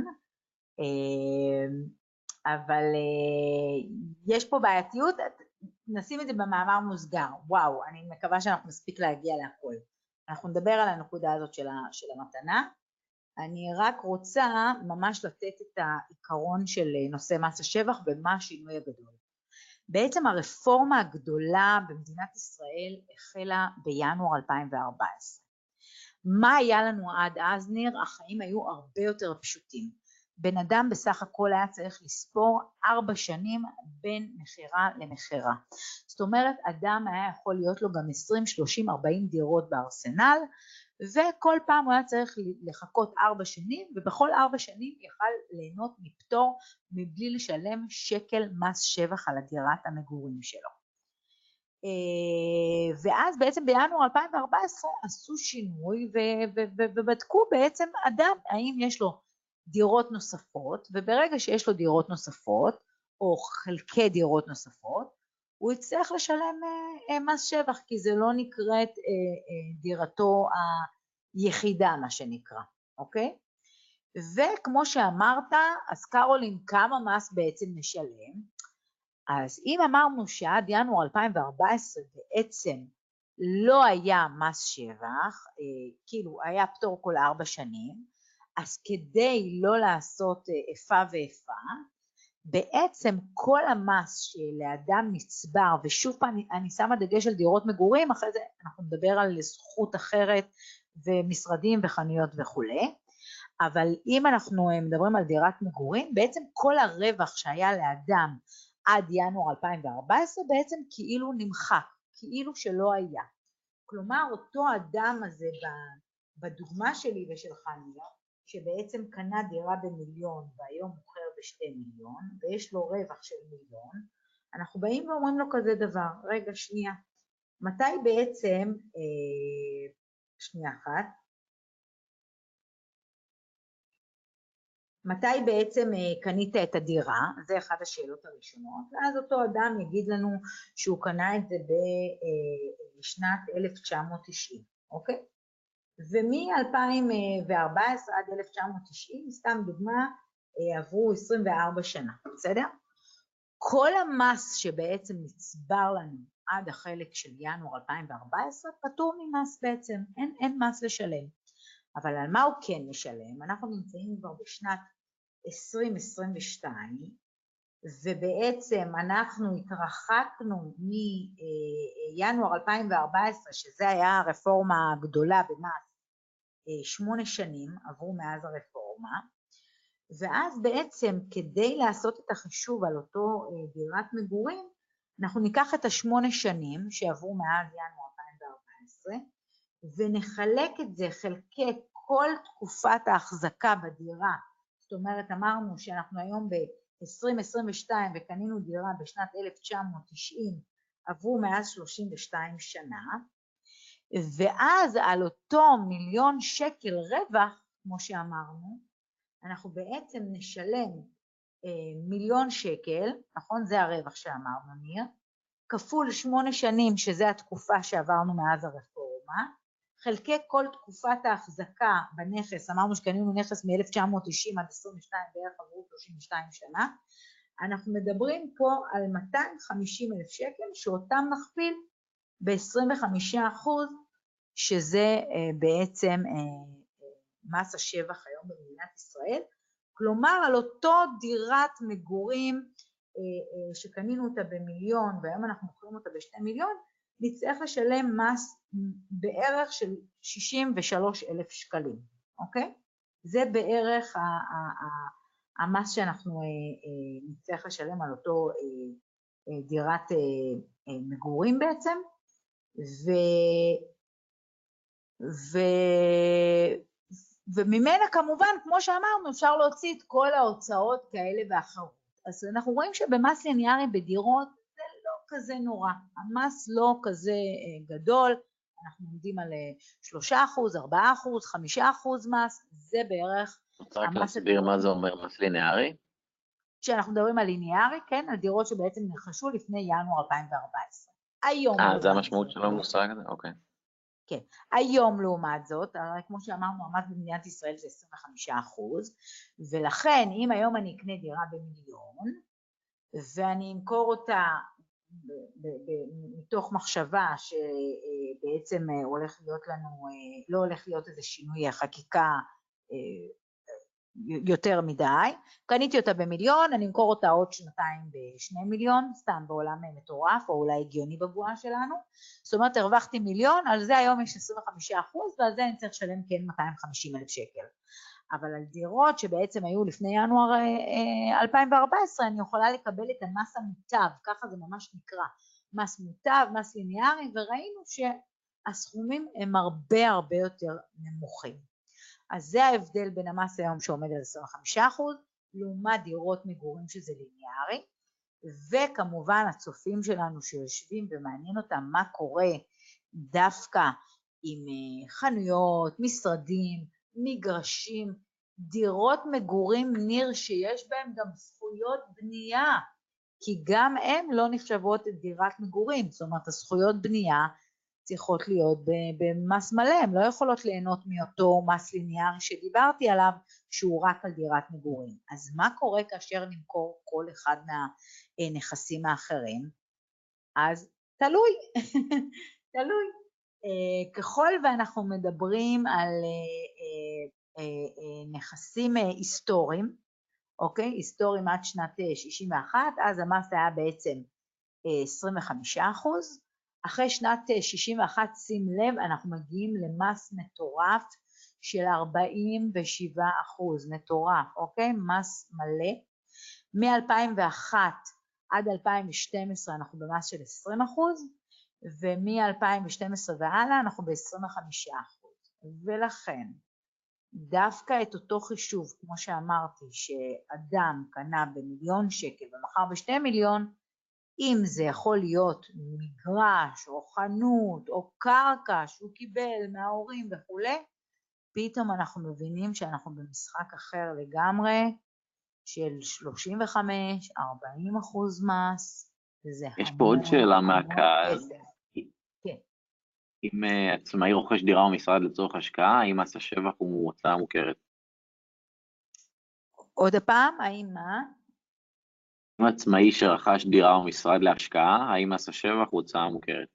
אבל יש פה בעייתיות, נשים את זה במאמר מוסגר, וואו, אני מקווה שאנחנו נספיק להגיע להכל. אנחנו נדבר על הנקודה הזאת של המתנה, אני רק רוצה ממש לתת את העיקרון של נושא מס השבח ומה השינוי הגדול. בעצם הרפורמה הגדולה במדינת ישראל החלה בינואר 2014. מה היה לנו עד אז, ניר? החיים היו הרבה יותר פשוטים. בן אדם בסך הכל היה צריך לספור 4 שנים בין מחירה למחירה. זאת אומרת, אדם היה יכול להיות לו גם 20, 30, 40 דירות בארסנל, וכל פעם הוא היה צריך לחכות 4 שנים, ובכל 4 שנים יכל ליהנות מפטור מבלי לשלם שקל מס שבח על הדירת המגורים שלו. ואז בעצם בינואר 2014 עשו שינוי ובדקו בעצם אדם האם יש לו דירות נוספות, וברגע שיש לו דירות נוספות או חלקי דירות נוספות הוא יצטרך לשלם מס שבח, כי זה לא נקראת דירתו היחידה מה שנקרא, אוקיי? וכמו שאמרת, אז קרולין, כמה מס בעצם נשלם? אז אם אמרנו שעד ינואר 2014 בעצם לא היה מס שבח, כאילו היה פטור כל 4 שנים, אז כדי לא לעשות איפה ואיפה, בעצם כל המס שלאדם נצבר, ושוב פעם אני שמה דגש על דירות מגורים, אחרי זה אנחנו נדבר על זכות אחרת ומשרדים וחנויות וכו', אבל אם אנחנו מדברים על דירת מגורים, בעצם כל הרווח שהיה לאדם עד ינואר 2014 בעצם כאילו נמחק, כאילו שלא היה. כלומר, אותו אדם הזה בדוגמה שלי ושלך ניר, שבעצם קנה דירה במיליון והיום מוכר ב2 מיליון, ויש לו רווח של 1 מיליון, אנחנו באים ואומרים לו כזה דבר, רגע שנייה, מתי בעצם, שנייה אחת, מתי בעצם קנית את הדירה? זה אחת השאלות הראשונות, ואז אותו אדם יגיד לנו שהוא קנה את זה בשנת 1990, אוקיי? ומ-2014 עד 1990, סתם דוגמה, עברו 24 שנה, בסדר? כל המס שבעצם נצבר לנו עד החלק של ינואר 2014, פטור ממס בעצם, אין מס לשלם. אבל על מה הוא כן משלם? אנחנו נמצאים כבר בשנת 2022, ובעצם אנחנו התרחקנו מינואר 2014, שזה היה הרפורמה הגדולה במס, 8 שנים עברו מאז הרפורמה, ואז בעצם כדי לעשות את החישוב על אותו דירת מגורים, אנחנו ניקח את 8 שנים שעברו מאז ינואר 2014, ונחלק את זה חלקי כל תקופת ההחזקה בדירה. זאת אומרת, אמרנו שאנחנו היום ב-2022 וקנינו דירה בשנת 1990, עברו מאז 32 שנה, ואז על אותו 1,000,000 שקל רווח, כמו שאמרנו, אנחנו בעצם נשלם 1,000,000 שקל, נכון? זה הרווח שאמרנו ניר, כפול 8 שנים, שזה התקופה שעברנו מאז הרפורמה, חלקי כל תקופת ההחזקה בנכס, אמרנו שקנינו נכס מ-1990 עד 22, בערך עברו 32 שנה, אנחנו מדברים פה על 250,000 שקל, שאותם נכפיל ב-25%, שזה בעצם מס השבח היום במדינת ישראל, כלומר על אותו דירת מגורים שקנינו אותה ב1,000,000 והיום אנחנו מוכרים אותה ב2 מיליון, נצטרך לשלם מס בערך של 63,000 שקלים, אוקיי? זה בערך המס שאנחנו נצטרך לשלם על אותו דירת מגורים בעצם, וממנה כמובן, כמו שאמרנו, אפשר להוציא את כל ההוצאות כאלה ואחרות. אז אנחנו רואים שבמס ליניארי בדירות זה לא כזה נורא, המס לא כזה גדול, אנחנו עומדים על 3%, 4%, 5% מס, זה בערך המס. רק להסביר מה זה אומר מס ליניארי? כשאנחנו מדברים על ליניארי, כן, על דירות שבעצם נרכשו לפני ינואר 2014. היום. זה המשמעות של המושג הזה? אוקיי. כן, היום לעומת זאת, כמו שאמרנו, המס במדינת ישראל זה 25%, ולכן אם היום אני אקנה דירה ב1,000,000, ואני אמכור אותה מתוך מחשבה שבעצם הולך להיות לנו, לא הולך להיות איזה שינוי חקיקה יותר מדי, קניתי אותה ב1,000,000, אני אמכור אותה עוד שנתיים ב2,000,000, סתם בעולם מטורף, או אולי הגיוני בבועה שלנו, זאת אומרת הרווחתי 1,000,000, על זה היום יש 25%, ועל זה אני צריך לשלם כן 250,000 שקל. אבל על דירות שבעצם היו לפני ינואר 2014, אני יכולה לקבל את המס המוטב, ככה זה ממש נקרא, מס מוטב, מס ליניארי, וראינו שהסכומים הם הרבה הרבה יותר נמוכים. אז זה ההבדל בין המס היום שעומד על 25%, לעומת דירות מגורים שזה ליניארי, וכמובן הצופים שלנו שיושבים ומעניין אותם מה קורה דווקא עם חנויות, משרדים, מגרשים, דירות מגורים ניר שיש בהם גם זכויות בנייה, כי גם הם לא נחשבות דירת מגורים, זאת אומרת הזכויות בנייה צריכות להיות במס מלא, הן לא יכולות ליהנות מאותו מס ליניארי שדיברתי עליו, שהוא רק על דירת מגורים. אז מה קורה כאשר נמכור כל אחד מהנכסים האחרים? אז תלוי, תלוי. ככל ואנחנו מדברים על נכסים היסטוריים, אוקיי? היסטוריים עד שנת 61, אז המס היה בעצם 25%, אחרי שנת 61, שים לב, אנחנו מגיעים למס מטורף של 47%, מטורף, אוקיי? מס מלא. מ-2001 עד 2012 אנחנו במס של 20%, ומ-2012 והלאה אנחנו ב-25%. ולכן, דווקא את אותו חישוב, כמו שאמרתי, שאדם קנה ב1,000,000 שקל ומחר ב2,000,000, אם זה יכול להיות מגרש או חנות או קרקע שהוא קיבל מההורים וכו', פתאום אנחנו מבינים שאנחנו במשחק אחר לגמרי, של 35-40% מס, וזה יש פה עוד שאלה מהקהל. כן. אם עצמאי רוכש דירה או משרד לצורך השקעה, האם מס השבח הוא הוצאה מוכרת? עוד הפעם, האם מה? אם עצמאי שרכש דירה או משרד להשקעה, האם מס השבח הוא הוצאה מוכרת?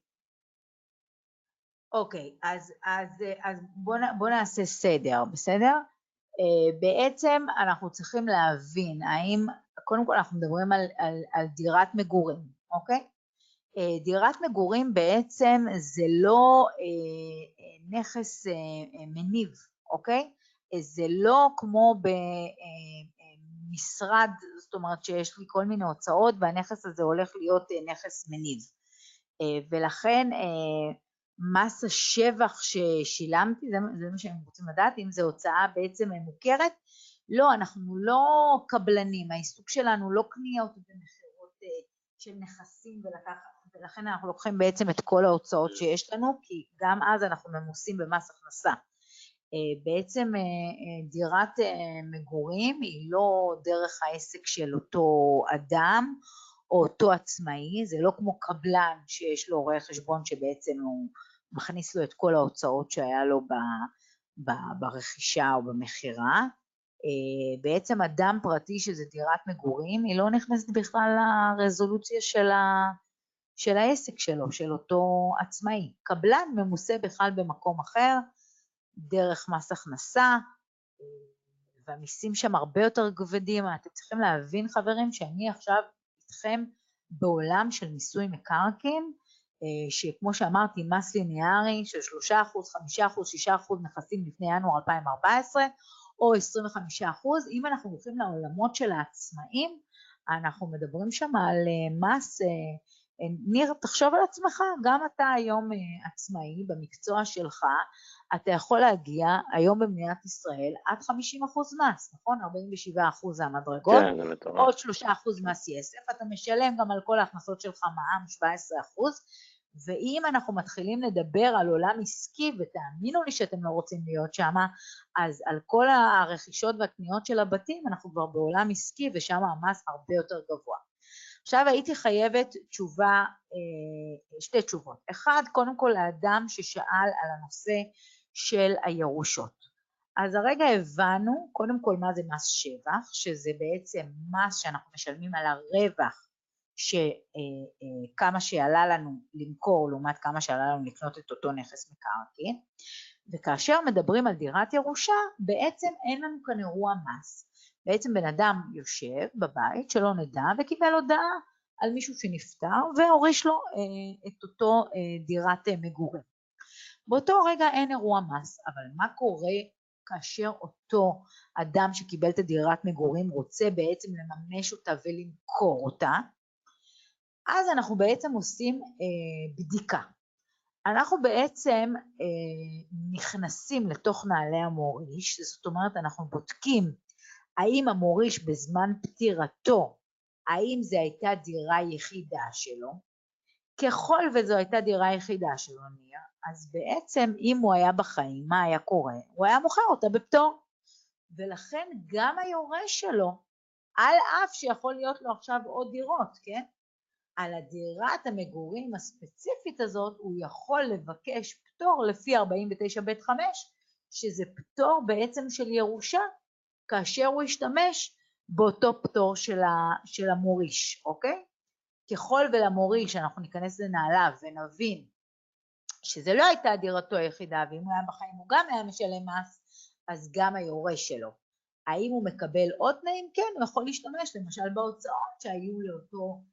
אוקיי, אז בוא נעשה סדר, בסדר? בעצם אנחנו צריכים להבין, האם, קודם כל אנחנו מדברים על דירת מגורים, אוקיי? דירת מגורים בעצם זה לא נכס מניב, אוקיי? זה לא כמו במשרד, זאת אומרת שיש לי כל מיני הוצאות והנכס הזה הולך להיות נכס מניב. ולכן מס השבח ששילמתי, זה מה שהם רוצים לדעת, אם זה הוצאה בעצם מוכרת, לא, אנחנו לא קבלנים, העיסוק שלנו לא קניות ומחירות של נכסים ולכן אנחנו לוקחים בעצם את כל ההוצאות שיש לנו, כי גם אז אנחנו ממוסים במס הכנסה. בעצם דירת מגורים היא לא דרך העסק של אותו אדם או אותו עצמאי, זה לא כמו קבלן שיש לו רואה חשבון שבעצם הוא מכניס לו את כל ההוצאות שהיה לו ברכישה או במחירה. בעצם אדם פרטי שזה דירת מגורים, היא לא נכנסת בכלל לרזולוציה של העסק שלו, של אותו עצמאי. קבלן ממוסה בכלל במקום אחר, דרך מס הכנסה, והמיסים שם הרבה יותר כבדים. אתם צריכים להבין חברים שאני עכשיו איתכם בעולם של מיסוי מקרקעין, שכמו שאמרתי מס ליניארי של 3%, 5%, 6% נכסים לפני ינואר 2014, או 25%, אם אנחנו הולכים לעולמות של העצמאים, אנחנו מדברים שם על מס, ניר, תחשוב על עצמך, גם אתה היום עצמאי במקצוע שלך, אתה יכול להגיע היום במדינת ישראל עד 50% מס, נכון? 47% זה המדרגות, כן, עוד 3% מס יסף, אתה משלם גם על כל ההכנסות שלך מע"מ 17%, ואם אנחנו מתחילים לדבר על עולם עסקי, ותאמינו לי שאתם לא רוצים להיות שם, אז על כל הרכישות והקניות של הבתים, אנחנו כבר בעולם עסקי, ושם המס הרבה יותר גבוה. עכשיו הייתי חייבת תשובה, שתי תשובות. אחד, קודם כל לאדם ששאל על הנושא של הירושות. אז הרגע הבנו, קודם כל מה זה מס שבח, שזה בעצם מס שאנחנו משלמים על הרווח כמה שעלה לנו למכור לעומת כמה שעלה לנו לקנות את אותו נכס מקרקעין, וכאשר מדברים על דירת ירושה בעצם אין לנו כאן אירוע מס. בעצם בן אדם יושב בבית שלא נדע וקיבל הודעה על מישהו שנפטר והוריש לו את אותו דירת מגורים. באותו רגע אין אירוע מס, אבל מה קורה כאשר אותו אדם שקיבל את דירת מגורים רוצה בעצם לממש אותה ולמכור אותה? אז אנחנו בעצם עושים בדיקה. אנחנו בעצם נכנסים לתוך נעלי המוריש, זאת אומרת אנחנו בודקים האם המוריש בזמן פטירתו, האם זו הייתה דירה יחידה שלו, ככל וזו הייתה דירה יחידה שלו ניר, אז בעצם אם הוא היה בחיים, מה היה קורה? הוא היה מוכר אותה בפטור, ולכן גם היורש שלו, על אף שיכול להיות לו עכשיו עוד דירות, כן? על הדירת המגורים הספציפית הזאת הוא יכול לבקש פטור לפי 49(ב)(5, שזה פטור בעצם של ירושה, כאשר הוא ישתמש באותו פטור של המוריש, אוקיי? ככל ולמוריש אנחנו ניכנס לנעליו ונבין שזה לא הייתה דירתו היחידה, ואם הוא היה בחיים הוא גם היה משלם מס, אז גם היורש שלו. האם הוא מקבל עוד תנאים? כן, הוא יכול להשתמש למשל בהוצאות שהיו לאותו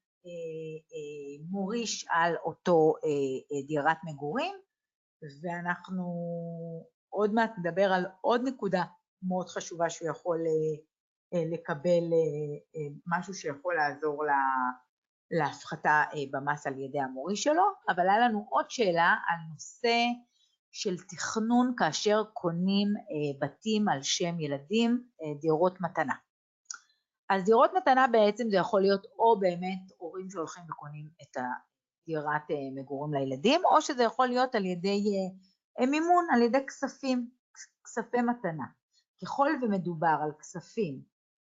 מוריש על אותו דירת מגורים, ואנחנו עוד מעט נדבר על עוד נקודה מאוד חשובה שהוא יכול לקבל משהו שיכול לעזור להפחתה במס על ידי המוריש שלו. אבל היה לנו עוד שאלה על נושא של תכנון כאשר קונים בתים על שם ילדים, דירות מתנה. אז דירות מתנה בעצם זה יכול להיות או באמת הורים שהולכים וקונים את דירת מגורים לילדים, או שזה יכול להיות על ידי מימון, על ידי כספי מתנה. ככל ומדובר על כספים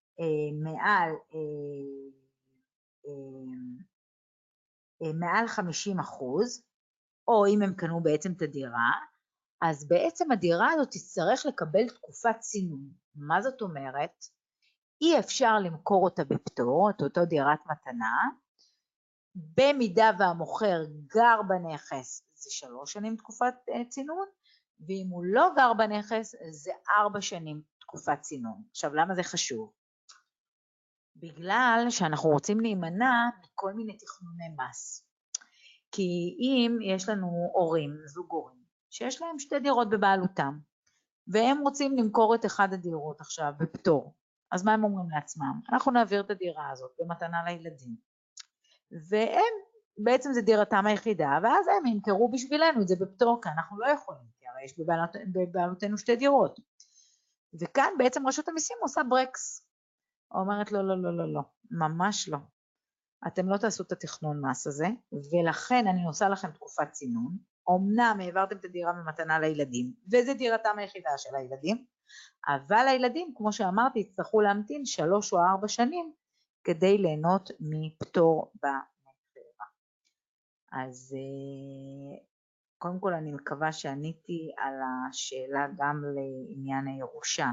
מעל 50%, או אם הם קנו בעצם את הדירה, אז בעצם הדירה הזאת תצטרך לקבל תקופת צינון. מה זאת אומרת? אי אפשר למכור אותה בפטור, את אותו דירת מתנה, במידה והמוכר גר בנכס זה 3 שנים תקופת צינון, ואם הוא לא גר בנכס זה 4 שנים תקופת צינון. עכשיו למה זה חשוב? בגלל שאנחנו רוצים להימנע מכל מיני תכנוני מס. כי אם יש לנו זוג הורים, שיש להם 2 דירות בבעלותם, והם רוצים למכור את אחד הדירות עכשיו בפטור, אז מה הם אומרים לעצמם? אנחנו נעביר את הדירה הזאת במתנה לילדים, והם בעצם זה דירתם היחידה, ואז הם ימכרו בשבילנו את זה בפטור, כי אנחנו לא יכולים, כי הרי יש בבעלותנו 2 דירות. וכאן בעצם רשות המיסים עושה ברקס, אומרת לא, לא, לא, לא, לא, ממש לא. אתם לא תעשו את התכנון מס הזה, ולכן אני עושה לכם תקופת צינון, אמנם העברתם את הדירה במתנה לילדים, וזה דירתם היחידה של הילדים, אבל הילדים, כמו שאמרתי, יצטרכו להמתין 3 או 4 שנים, כדי ליהנות מפטור במכירה. אז קודם כל אני מקווה שעניתי על השאלה גם לעניין הירושה,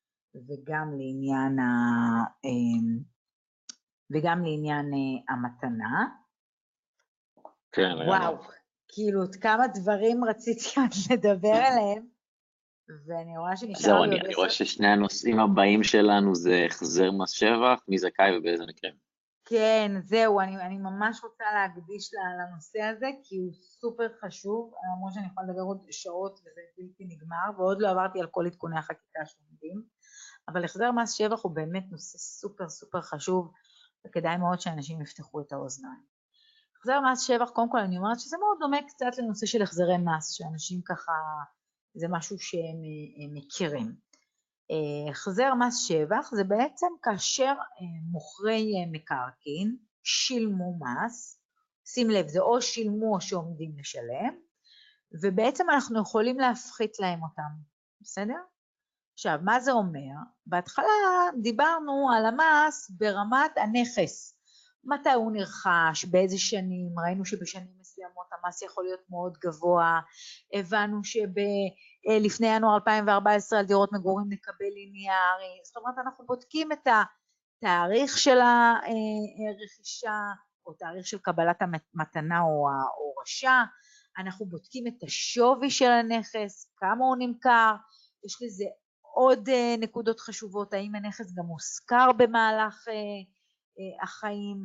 וגם לעניין המתנה. כן, וואו, כאילו כמה דברים רציתי לדבר עליהם, ואני רואה שנשאר... זהו, אני רואה ששני הנושאים הבאים שלנו זה החזר מס שבח, מי זכאי ובאיזה מקרים. כן, זהו, אני ממש רוצה להקדיש לנושא הזה, כי הוא סופר חשוב, למרות שאני יכולה לדבר עוד שעות וזה בלתי נגמר, ועוד לא עברתי על כל עדכוני החקיקה שעומדים, אבל החזר מס שבח הוא באמת נושא סופר סופר חשוב, וכדאי מאוד שאנשים יפתחו את האוזניים. החזר מס שבח, קודם כל אני אומרת שזה מאוד דומה קצת לנושא של החזרי מס, שאנשים ככה, זה משהו שהם מכירים. החזר מס שבח זה בעצם כאשר מוכרי מקרקעין שילמו מס, שים לב זה או שילמו או שעומדים לשלם, ובעצם אנחנו יכולים להפחית להם אותם, בסדר? עכשיו מה זה אומר? בהתחלה דיברנו על המס ברמת הנכס, מתי הוא נרכש, באיזה שנים, ראינו שבשנים מסוימות המס יכול להיות מאוד גבוה, הבנו לפני ינואר 2014 על דירות מגורים נקבל ליניארי, זאת אומרת אנחנו בודקים את התאריך של הרכישה, או תאריך של קבלת המתנה או ההורשה, אנחנו בודקים את השווי של הנכס, כמה הוא נמכר, יש לזה עוד נקודות חשובות, האם הנכס גם מושכר במהלך החיים,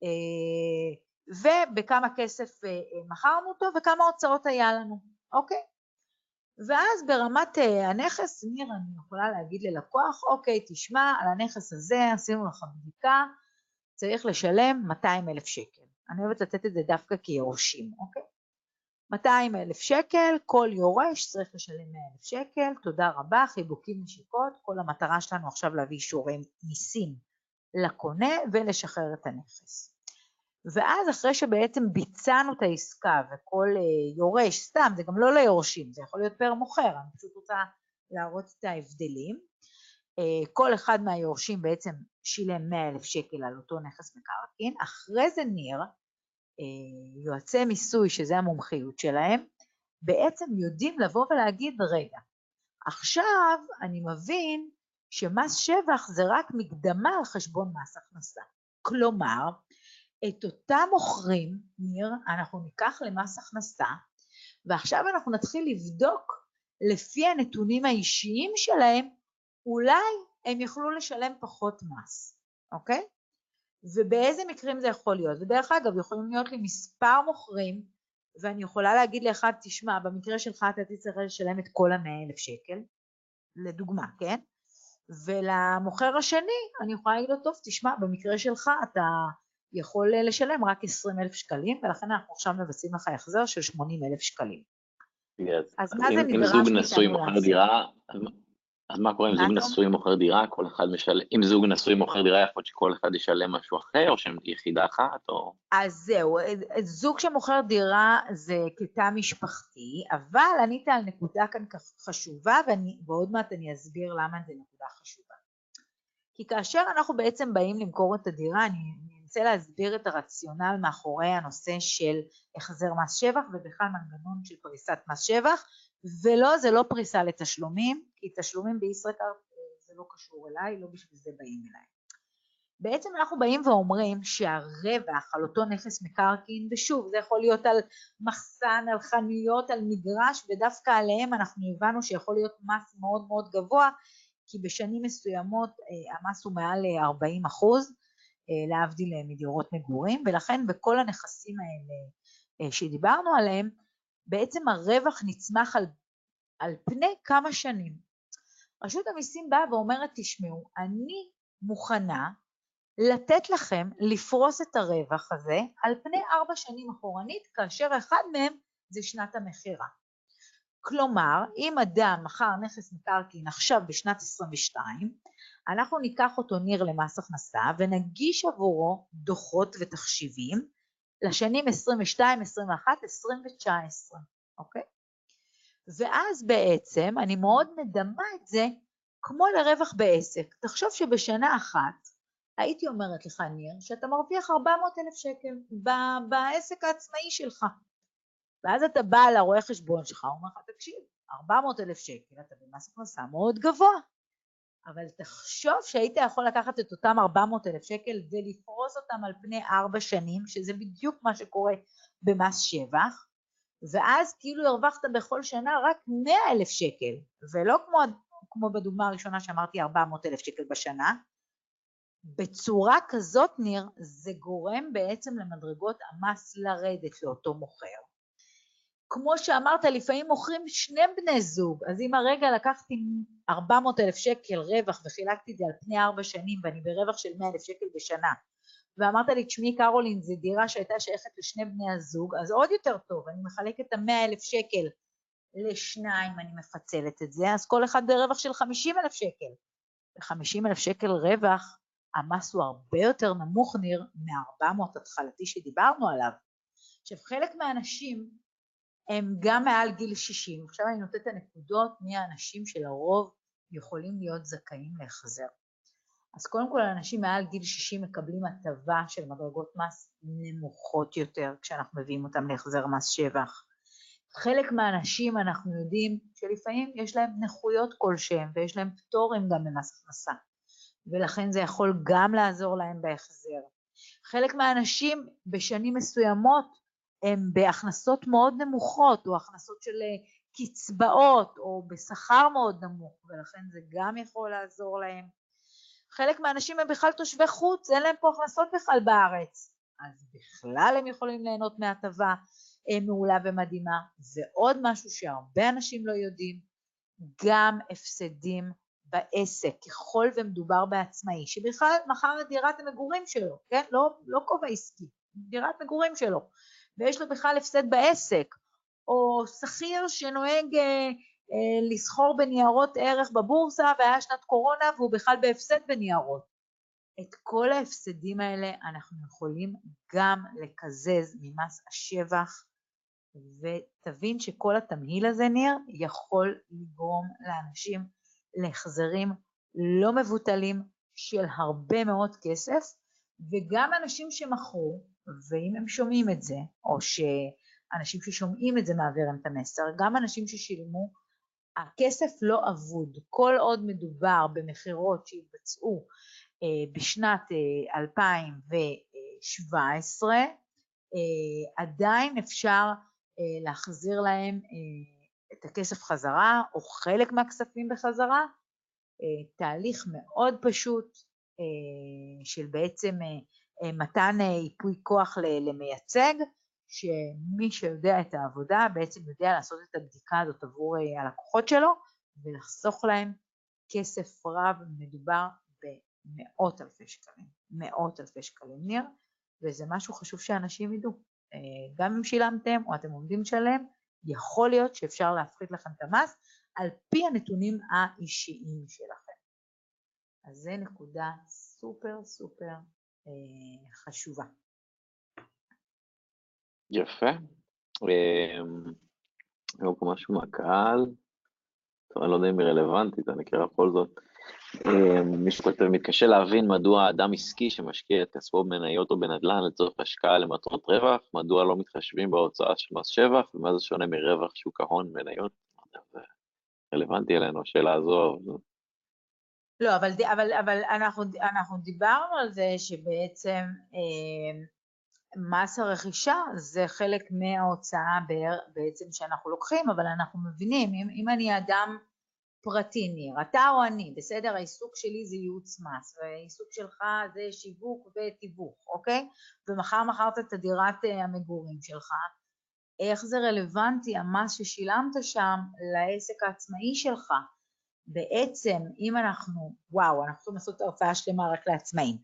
ובכמה כסף מכרנו אותו וכמה הוצאות היה לנו, אוקיי? ואז ברמת הנכס, ניר, אני יכולה להגיד ללקוח, אוקיי, תשמע, על הנכס הזה עשינו לך בדיקה, צריך לשלם 200,000 שקל. אני אוהבת לתת את זה דווקא כיורשים, אוקיי? 200,000 שקל, כל יורש צריך לשלם 100,000 שקל, תודה רבה, חיבוקים נשיקות, כל המטרה שלנו עכשיו להביא אישורי מיסים לקונה ולשחרר את הנכס. ואז אחרי שבעצם ביצענו את העסקה וכל יורש, סתם, זה גם לא ליורשים, זה יכול להיות פר מוכר, אני פשוט רוצה להראות את ההבדלים. כל אחד מהיורשים בעצם שילם 100,000 שקל על אותו נכס מקרקעין, אחרי זה ניר, יועצי מיסוי, שזה המומחיות שלהם, בעצם יודעים לבוא ולהגיד, רגע, עכשיו אני מבין שמס שבח זה רק מקדמה על חשבון מס הכנסה. כלומר, את אותם מוכרים, ניר, אנחנו ניקח למס הכנסה, ועכשיו אנחנו נתחיל לבדוק לפי הנתונים האישיים שלהם, אולי הם יוכלו לשלם פחות מס, אוקיי? ובאיזה מקרים זה יכול להיות? ודרך אגב, יכולים להיות לי מספר מוכרים, ואני יכולה להגיד לאחד, תשמע, במקרה שלך אתה תצטרך לשלם את כל 100,000 שקל, לדוגמה, כן? ולמוכר השני, אני יכולה להגיד לו, טוב, תשמע, במקרה שלך אתה יכול לשלם רק 20,000 שקלים, ולכן אנחנו עכשיו מבצעים לך החזר של 80,000 שקלים. אז מה זה נדרש מאיתנו לעשות? אז מה קורה אם זוג נשוי מוכר דירה, כל אחד משלם, אם זוג נשוי מוכר דירה יכול להיות שכל אחד ישלם משהו אחר, או שהם יחידה אחת, או... אז זהו, זוג שמוכר דירה זה קטע משפחתי, אבל ענית על נקודה כאן חשובה, ועוד מעט אני אסביר למה זה נקודה חשובה. כי כאשר אנחנו בעצם באים למכור את הדירה, אני אנסה להסביר את הרציונל מאחורי הנושא של החזר מס שבח, ובכלל מנגנון של פריסת מס שבח, ולא, זה לא פריסה לתשלומים, כי תשלומים בישראכרט זה לא קשור אליי, לא בשביל זה באים אליי. בעצם אנחנו באים ואומרים שהרווח על אותו נכס מקרקעין, ושוב זה יכול להיות על מחסן, על חנויות, על מגרש, ודווקא עליהם אנחנו הבנו שיכול להיות מס מאוד מאוד גבוה, כי בשנים מסוימות המס הוא מעל 40%, להבדיל מדירות מגורים, ולכן בכל הנכסים האלה שדיברנו עליהם, בעצם הרווח נצמח על פני כמה שנים. רשות המיסים באה ואומרת, תשמעו, אני מוכנה לתת לכם לפרוס את הרווח הזה על פני 4 שנים אחורנית, כאשר אחד מהם זה שנת המחירה. כלומר, אם אדם מכר נכס מקרקעין עכשיו בשנת 22, אנחנו ניקח אותו ניר למס הכנסה ונגיש עבורו דוחות ותחשיבים לשנים 22, 21, 20 ו-19, אוקיי? ואז בעצם אני מאוד מדמה את זה כמו לרווח בעסק. תחשוב שבשנה אחת הייתי אומרת לך ניר שאתה מרוויח 400,000 שקל בעסק העצמאי שלך. ואז אתה בא לרואה חשבון שלך, הוא אומר לך, תקשיב, 400,000 שקל, אתה במס הכנסה מאוד גבוה, אבל תחשוב שהיית יכול לקחת את אותם 400,000 שקל ולפרוס אותם על פני 4 שנים, שזה בדיוק מה שקורה במס שבח, ואז כאילו הרווחת בכל שנה רק 100,000 שקל, ולא כמו בדוגמה הראשונה שאמרתי 400,000 שקל בשנה. בצורה כזאת ניר, זה גורם בעצם למדרגות המס לרדת לאותו מוכר. כמו שאמרת, לפעמים מוכרים 2 בני זוג, אז אם הרגע לקחתי 400,000 שקל רווח וחילקתי את זה על פני 4 שנים, ואני ברווח של 100,000 שקל בשנה, ואמרת לי, תשמעי קרולין, זו דירה שהייתה שייכת ל2 בני הזוג, אז עוד יותר טוב, אני מחלקת את 100,000 שקל לשניים, אני מפצלת את זה, אז כל אחד ברווח של 50,000 שקל. ב-50,000 שקל רווח, המס הוא הרבה יותר נמוך ניר, מ-400 התחלתי שדיברנו עליו. עכשיו, חלק מהאנשים הם גם מעל גיל 60, עכשיו אני נותנת את הנקודות מי האנשים שלרוב יכולים להיות זכאים להחזר. אז קודם כל האנשים מעל גיל 60 מקבלים הטבה של מדרגות מס נמוכות יותר, כשאנחנו מביאים אותם להחזר מס שבח. חלק מהאנשים אנחנו יודעים שלפעמים יש להם נכויות כלשהם, ויש להם פטורים גם במס הכנסה, ולכן זה יכול גם לעזור להם בהחזר. חלק מהאנשים בשנים מסוימות הם בהכנסות מאוד נמוכות, או הכנסות של קצבאות, או בשכר מאוד נמוך, ולכן זה גם יכול לעזור להם. חלק מהאנשים הם בכלל תושבי חוץ, אין להם פה הכנסות בכלל בארץ, אז בכלל הם יכולים ליהנות מהטבה מעולה ומדהימה. ועוד משהו שהרבה אנשים לא יודעים, גם הפסדים בעסק, ככל ומדובר בעצמאי, שבכלל מכר את דירת המגורים שלו, כן? לא כובע עסקי, דירת מגורים שלו, ויש לו בכלל הפסד בעסק, או שכיר שנוהג לסחור בניירות ערך בבורסה, והיה שנת קורונה והוא בכלל בהפסד בניירות. את כל ההפסדים האלה אנחנו יכולים גם לקזז ממס השבח, ותבין שכל התמהיל הזה, ניר, יכול לגרום לאנשים להחזרים לא מבוטלים של הרבה מאוד כסף, וגם אנשים שמכרו, ואם הם שומעים את זה, או שאנשים ששומעים את זה מעבירים את המסר, גם אנשים ששילמו, הכסף לא אבוד, כל עוד מדובר במחירות שהתבצעו בשנת 2017, עדיין אפשר להחזיר להם את הכסף חזרה, או חלק מהכספים בחזרה, תהליך מאוד פשוט של בעצם מתן ייפוי כוח למייצג, שמי שיודע את העבודה בעצם יודע לעשות את הבדיקה הזאת עבור הלקוחות שלו, ולחסוך להם כסף רב. מדובר במאות אלפי שקלים, מאות אלפי שקלים, ניר, וזה משהו חשוב שאנשים ידעו. גם אם שילמתם או אתם עומדים לשלם, יכול להיות שאפשר להפחית לכם את המס על פי הנתונים האישיים שלכם. אז זה נקודה סופר סופר חשובה. יפה. לא פה משהו מהקהל, אני לא יודע אם היא רלוונטית, אני אקרא בכל זאת. מישהו כותב, מתקשה להבין מדוע אדם עסקי שמשקיע את כספו במניות או בנדל"ן לצורך השקעה למטרות רווח, מדוע לא מתחשבים בהוצאה של מס שבח, ומה זה שונה מרווח שוק ההון מניות. זה רלוונטי אלינו, השאלה הזו. לא, אבל אנחנו דיברנו על זה שבעצם מס הרכישה זה חלק מההוצאה בעצם שאנחנו לוקחים, אבל אנחנו מבינים, אם אני אדם פרטי, ניר, אתה או אני, בסדר, העיסוק שלי זה ייעוץ מס, והעיסוק שלך זה שיווק ותיווך, אוקיי? ומחר מכרת את דירת המגורים שלך, איך זה רלוונטי המס ששילמת שם לעסק העצמאי שלך? בעצם אם אנחנו יכולים לעשות הרצאה שלמה רק לעצמאים,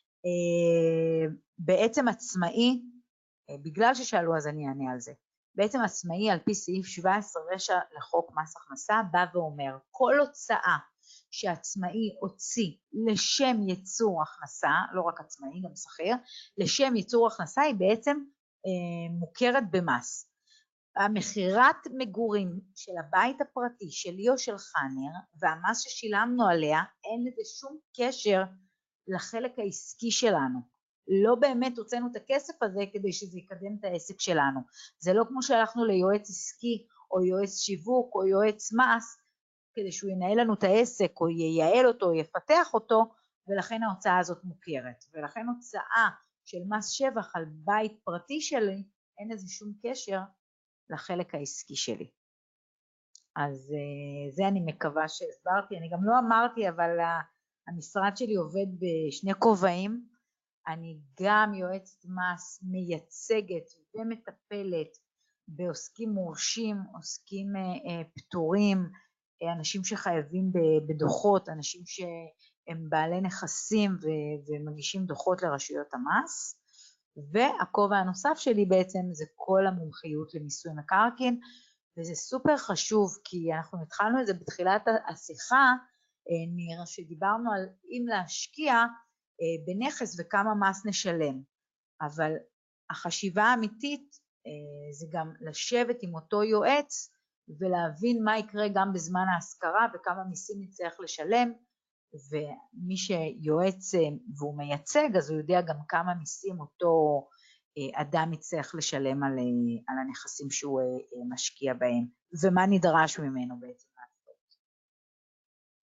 בעצם עצמאי, בגלל ששאלו אז אני אענה על זה, בעצם עצמאי על פי סעיף 17 רשע לחוק מס הכנסה בא ואומר, כל הוצאה שעצמאי הוציא לשם ייצור הכנסה, לא רק עצמאי גם שכיר, לשם ייצור הכנסה היא בעצם מוכרת במס. המחירת מגורים של הבית הפרטי שלי או של חנר, והמס ששילמנו עליה, אין לזה שום קשר לחלק העסקי שלנו. לא באמת הוצאנו את הכסף הזה כדי שזה יקדם את העסק שלנו. זה לא כמו שהלכנו ליועץ עסקי או יועץ שיווק או יועץ מס, כדי שהוא ינהל לנו את העסק או ייעל אותו או יפתח אותו, ולכן ההוצאה הזאת מוכרת. ולכן הוצאה של מס שבח על בית פרטי שלי, אין לזה שום קשר לחלק העסקי שלי. אז זה אני מקווה שהסברתי. אני גם לא אמרתי, אבל המשרד שלי עובד בשני כובעים. אני גם יועצת מס, מייצגת ומטפלת בעוסקים מורשים, עוסקים פטורים, אנשים שחייבים בדוחות, אנשים שהם בעלי נכסים ומגישים דוחות לרשויות המס. והכובע הנוסף שלי בעצם זה כל המומחיות למיסוי מקרקעין, וזה סופר חשוב כי אנחנו התחלנו את זה בתחילת השיחה, ניר, שדיברנו על אם להשקיע בנכס וכמה מס נשלם, אבל החשיבה האמיתית זה גם לשבת עם אותו יועץ ולהבין מה יקרה גם בזמן ההשכרה וכמה מיסים נצטרך לשלם, ומי שיועץ והוא מייצג אז הוא יודע גם כמה מיסים אותו אדם יצטרך לשלם על הנכסים שהוא משקיע בהם, ומה נדרש ממנו בעצם.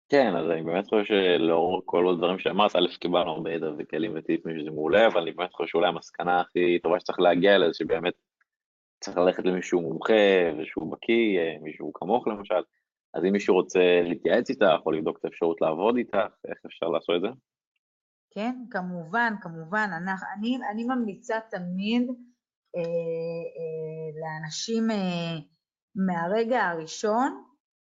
כן, אז אני באמת חושב שלאור כל הדברים שאמרת, א', קיבלנו הרבה ידע וכלים וטיפים שזה מעולה, אבל אני באמת חושב שאולי המסקנה הכי טובה שצריך להגיע אליה, זה שבאמת צריך ללכת למישהו מומחה ושהוא בקיא, מישהו כמוך למשל, אז אם מישהו רוצה להתייעץ איתך או לבדוק את האפשרות לעבוד איתך, איך אפשר לעשות את זה? כן, כמובן, כמובן, אני ממליצה תמיד לאנשים מהרגע הראשון,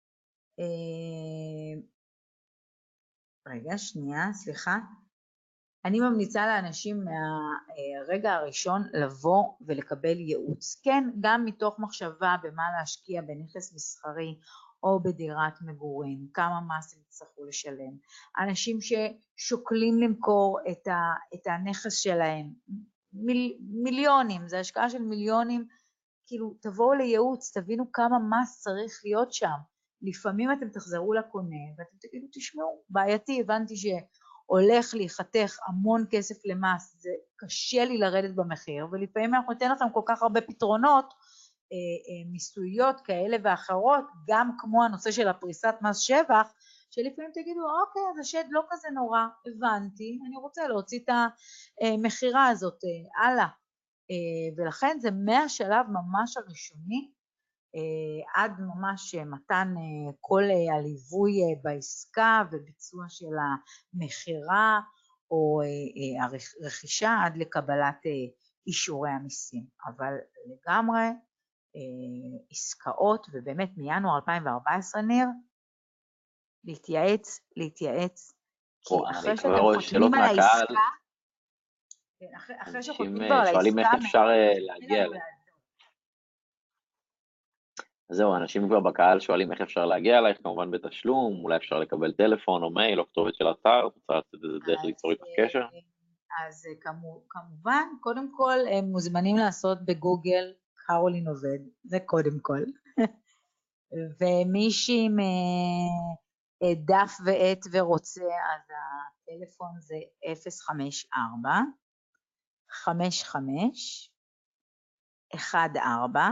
רגע, שנייה, סליחה, אני ממליצה לאנשים מהרגע הראשון לבוא ולקבל ייעוץ, כן, גם מתוך מחשבה במה להשקיע בנכס מסחרי או בדירת מגורים, כמה מס הם יצטרכו לשלם, אנשים ששוקלים למכור את הנכס שלהם, מיליונים, זה השקעה של מיליונים, כאילו תבואו לייעוץ, תבינו כמה מס צריך להיות שם, לפעמים אתם תחזרו לקונה ואתם תגידו תשמעו, בעייתי, הבנתי שהולך להיחתך המון כסף למס, זה קשה לי לרדת במחיר, ולפעמים אנחנו ניתן לכם כל כך הרבה פתרונות, מיסויות כאלה ואחרות, גם כמו הנושא של הפריסת מס שבח, שלפעמים תגידו, אוקיי, אז השד לא כזה נורא, הבנתי, אני רוצה להוציא את המחירה הזאת, הלאה, ולכן זה מהשלב ממש הראשוני, עד ממש מתן כל הליווי בעסקה וביצוע של המחירה או הרכישה עד לקבלת אישורי המיסים. אבל לגמרי עסקאות, ובאמת מינואר 2014 ניר, להתייעץ, כי אחרי שאתם חותמים על העסקה, אחרי שחותמים כבר על העסקה, שואלים איך אפשר להגיע אליי. זהו, אנשים כבר בקהל שואלים איך אפשר להגיע אלייך, כמובן בתשלום, אולי אפשר לקבל טלפון או מייל או כתובת של אתר, את רוצה לתת איזה דרך ליצור איתך קשר? אז כמובן, קודם כל הם מוזמנים לעשות בגוגל קרולין עובד, זה קודם כל. ומישהי עם דף ועט ורוצה, אז הטלפון זה 054 55 14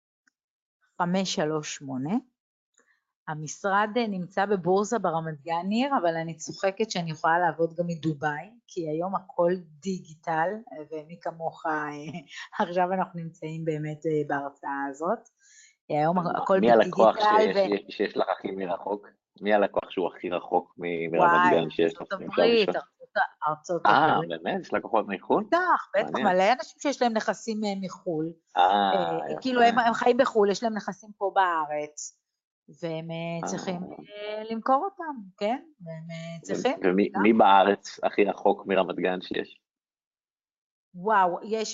538. המשרד נמצא בבורסה ברמת גן ניר, אבל אני צוחקת שאני יכולה לעבוד גם מדובאי, כי היום הכל דיגיטל, ומי כמוך, עכשיו אנחנו נמצאים באמת בהרצאה הזאת. היום הכל בדיגיטל. מי הלקוח שיש לך הכי מרחוק? מי הלקוח שהוא הכי רחוק מרמת גן שיש לך? ארצות הברית, ארצות הברית. באמת? יש לקוחות מחו"ל? בטח, מלא אנשים שיש להם נכסים מחו"ל. כאילו הם חיים בחו"ל, יש להם נכסים פה בארץ. והם צריכים למכור אותם, כן? והם צריכים. ומי בארץ הכי רחוק מרמת גן שיש? וואו, יש,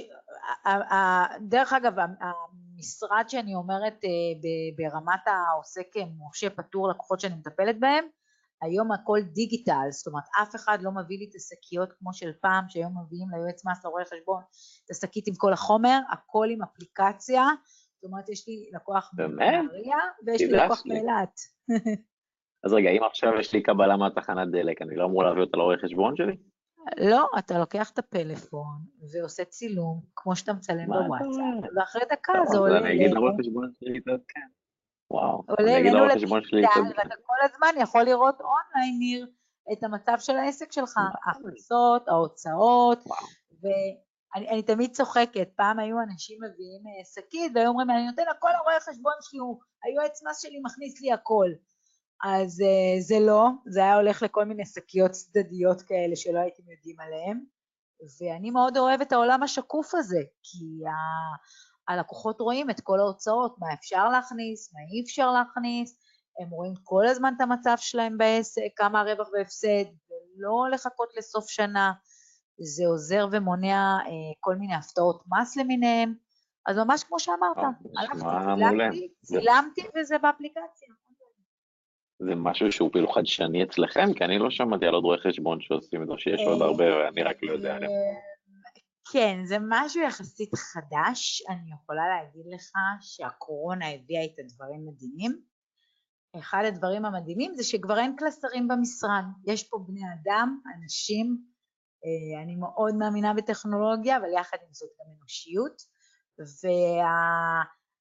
דרך אגב, המשרד שאני אומרת ברמת העוסק מורשה פטור לקוחות שאני מטפלת בהם, היום הכל דיגיטל, זאת אומרת, אף אחד לא מביא לי את השקיות כמו של פעם, שהיום מביאים ליועץ מס לרואה חשבון, את השקית עם כל החומר, הכל עם אפליקציה, זאת אומרת, יש לי לקוח בנהריה, ויש לי לקוח באילת. אז רגע, אם עכשיו יש לי קבלה מהתחנת דלק, אני לא אמור להביא אותה לרואה חשבון שלי? לא, אתה לוקח את הפלאפון, ועושה צילום, כמו שאתה מצלם בוואטסאפ, ואחרי דקה זה עולה אלינו. אני אגיד לרואה חשבון שלי, כן. וואו. עולה אלינו לדיגיטל, ואתה כל הזמן יכול לראות אונליין, ניר, את המצב של העסק שלך, ההכנסות, ההוצאות, ואני תמיד צוחקת, פעם היו אנשים מביאים שקית, והיו אומרים, אני נותן הכל לרואה חשבון שלי, היועץ מס שלי מכניס לי הכל, אז זה לא, זה היה הולך לכל מיני שקיות צדדיות כאלה שלא הייתם יודעים עליהם, ואני מאוד אוהבת העולם השקוף הזה, כי הלקוחות רואים את כל ההוצאות, מה אפשר להכניס, מה אי אפשר להכניס, הם רואים כל הזמן את המצב שלהם בעסק, כמה הרווח והפסד, ולא לחכות לסוף שנה, זה עוזר ומונע כל מיני הפתעות מס למיניהם, אז ממש כמו שאמרת, הלכתי, צילמתי וזה באפליקציה. זה משהו שהוא כאילו חדשני אצלכם? כי אני לא שמעתי על עוד רואי חשבון שעושים את זה, שיש עוד הרבה ואני רק לא יודע עליהם. כן, זה משהו יחסית חדש, אני יכולה להגיד לך שהקורונה הביאה את הדברים מדהימים. אחד הדברים המדהימים זה שכבר אין קלסרים במשרד, יש פה בני אדם, אנשים, אני מאוד מאמינה בטכנולוגיה, אבל יחד עם זאת גם אנושיות,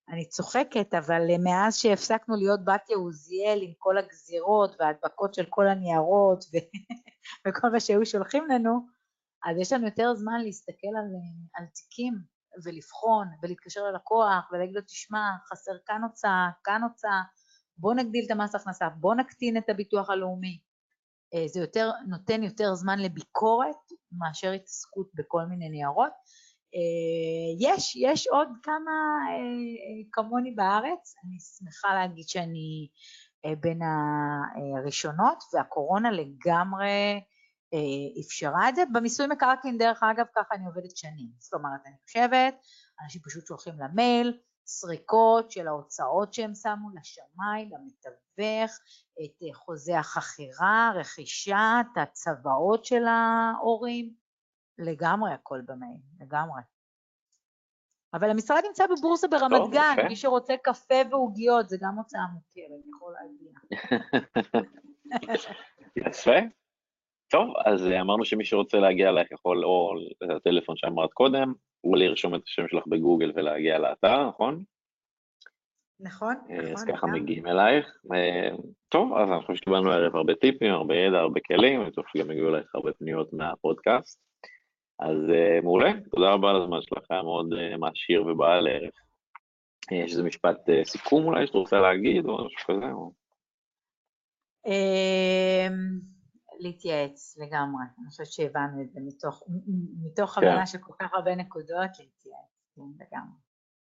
אני צוחקת, אבל מאז שהפסקנו להיות בתיה עוזיאל עם כל הגזירות וההדבקות של כל הניירות וכל מה שהיו שולחים לנו, אז יש לנו יותר זמן להסתכל על תיקים ולבחון ולהתקשר ללקוח ולהגיד לו, תשמע, חסר כאן הוצאה, בוא נגדיל את המס הכנסה, בוא נקטין את הביטוח הלאומי. זה נותן יותר זמן לביקורת מאשר התעסקות בכל מיני ניירות. יש עוד כמה כמוני בארץ, אני שמחה להגיד שאני בין הראשונות, והקורונה לגמרי אפשרה את זה. במיסוי מקרקעין דרך אגב, ככה אני עובדת שנים, זאת אומרת אני חושבת, אנשים פשוט שולחים למייל, סריקות של ההוצאות שהם שמו לשמאי, למתווך, את חוזה החכירה, רכישה, את הצבעות של ההורים, לגמרי הכל במייל, לגמרי. אבל המשרד נמצא בבורסה ברמת גן, מי שרוצה קפה ועוגיות, זה גם הוצאה מוכרת, יכול להגיע. יפה. טוב, אז אמרנו שמי שרוצה להגיע אלייך יכול, או לטלפון שאמרת קודם, או לרשום את השם שלך בגוגל ולהגיע לאתר, נכון? נכון. אז ככה מגיעים אלייך. טוב, אז אני חושב שקיבלנו ערב הרבה טיפים, הרבה ידע, הרבה כלים, אני חושב שגם הגיעו אלייך הרבה פניות מהפודקאסט. אז מעולה, תודה רבה על הזמן שלך, היה מאוד מעשיר ובעל ערך. יש איזה משפט סיכום אולי שאתה רוצה להגיד, או משהו כזה? להתייעץ לגמרי, אני חושבת שהבנו את זה מתוך הבנה של כל כך הרבה נקודות, להתייעץ לגמרי.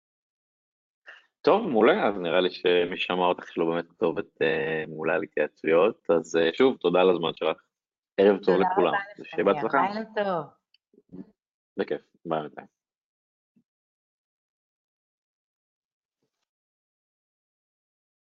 טוב, מעולה, אז נראה לי שמי שמע אותך שלא באמת כתובת מעולה להתייעצויות, אז שוב, תודה על הזמן שלך. ערב טוב לכולם. תודה רבה לך, לילה טוב. בכיף, ביי.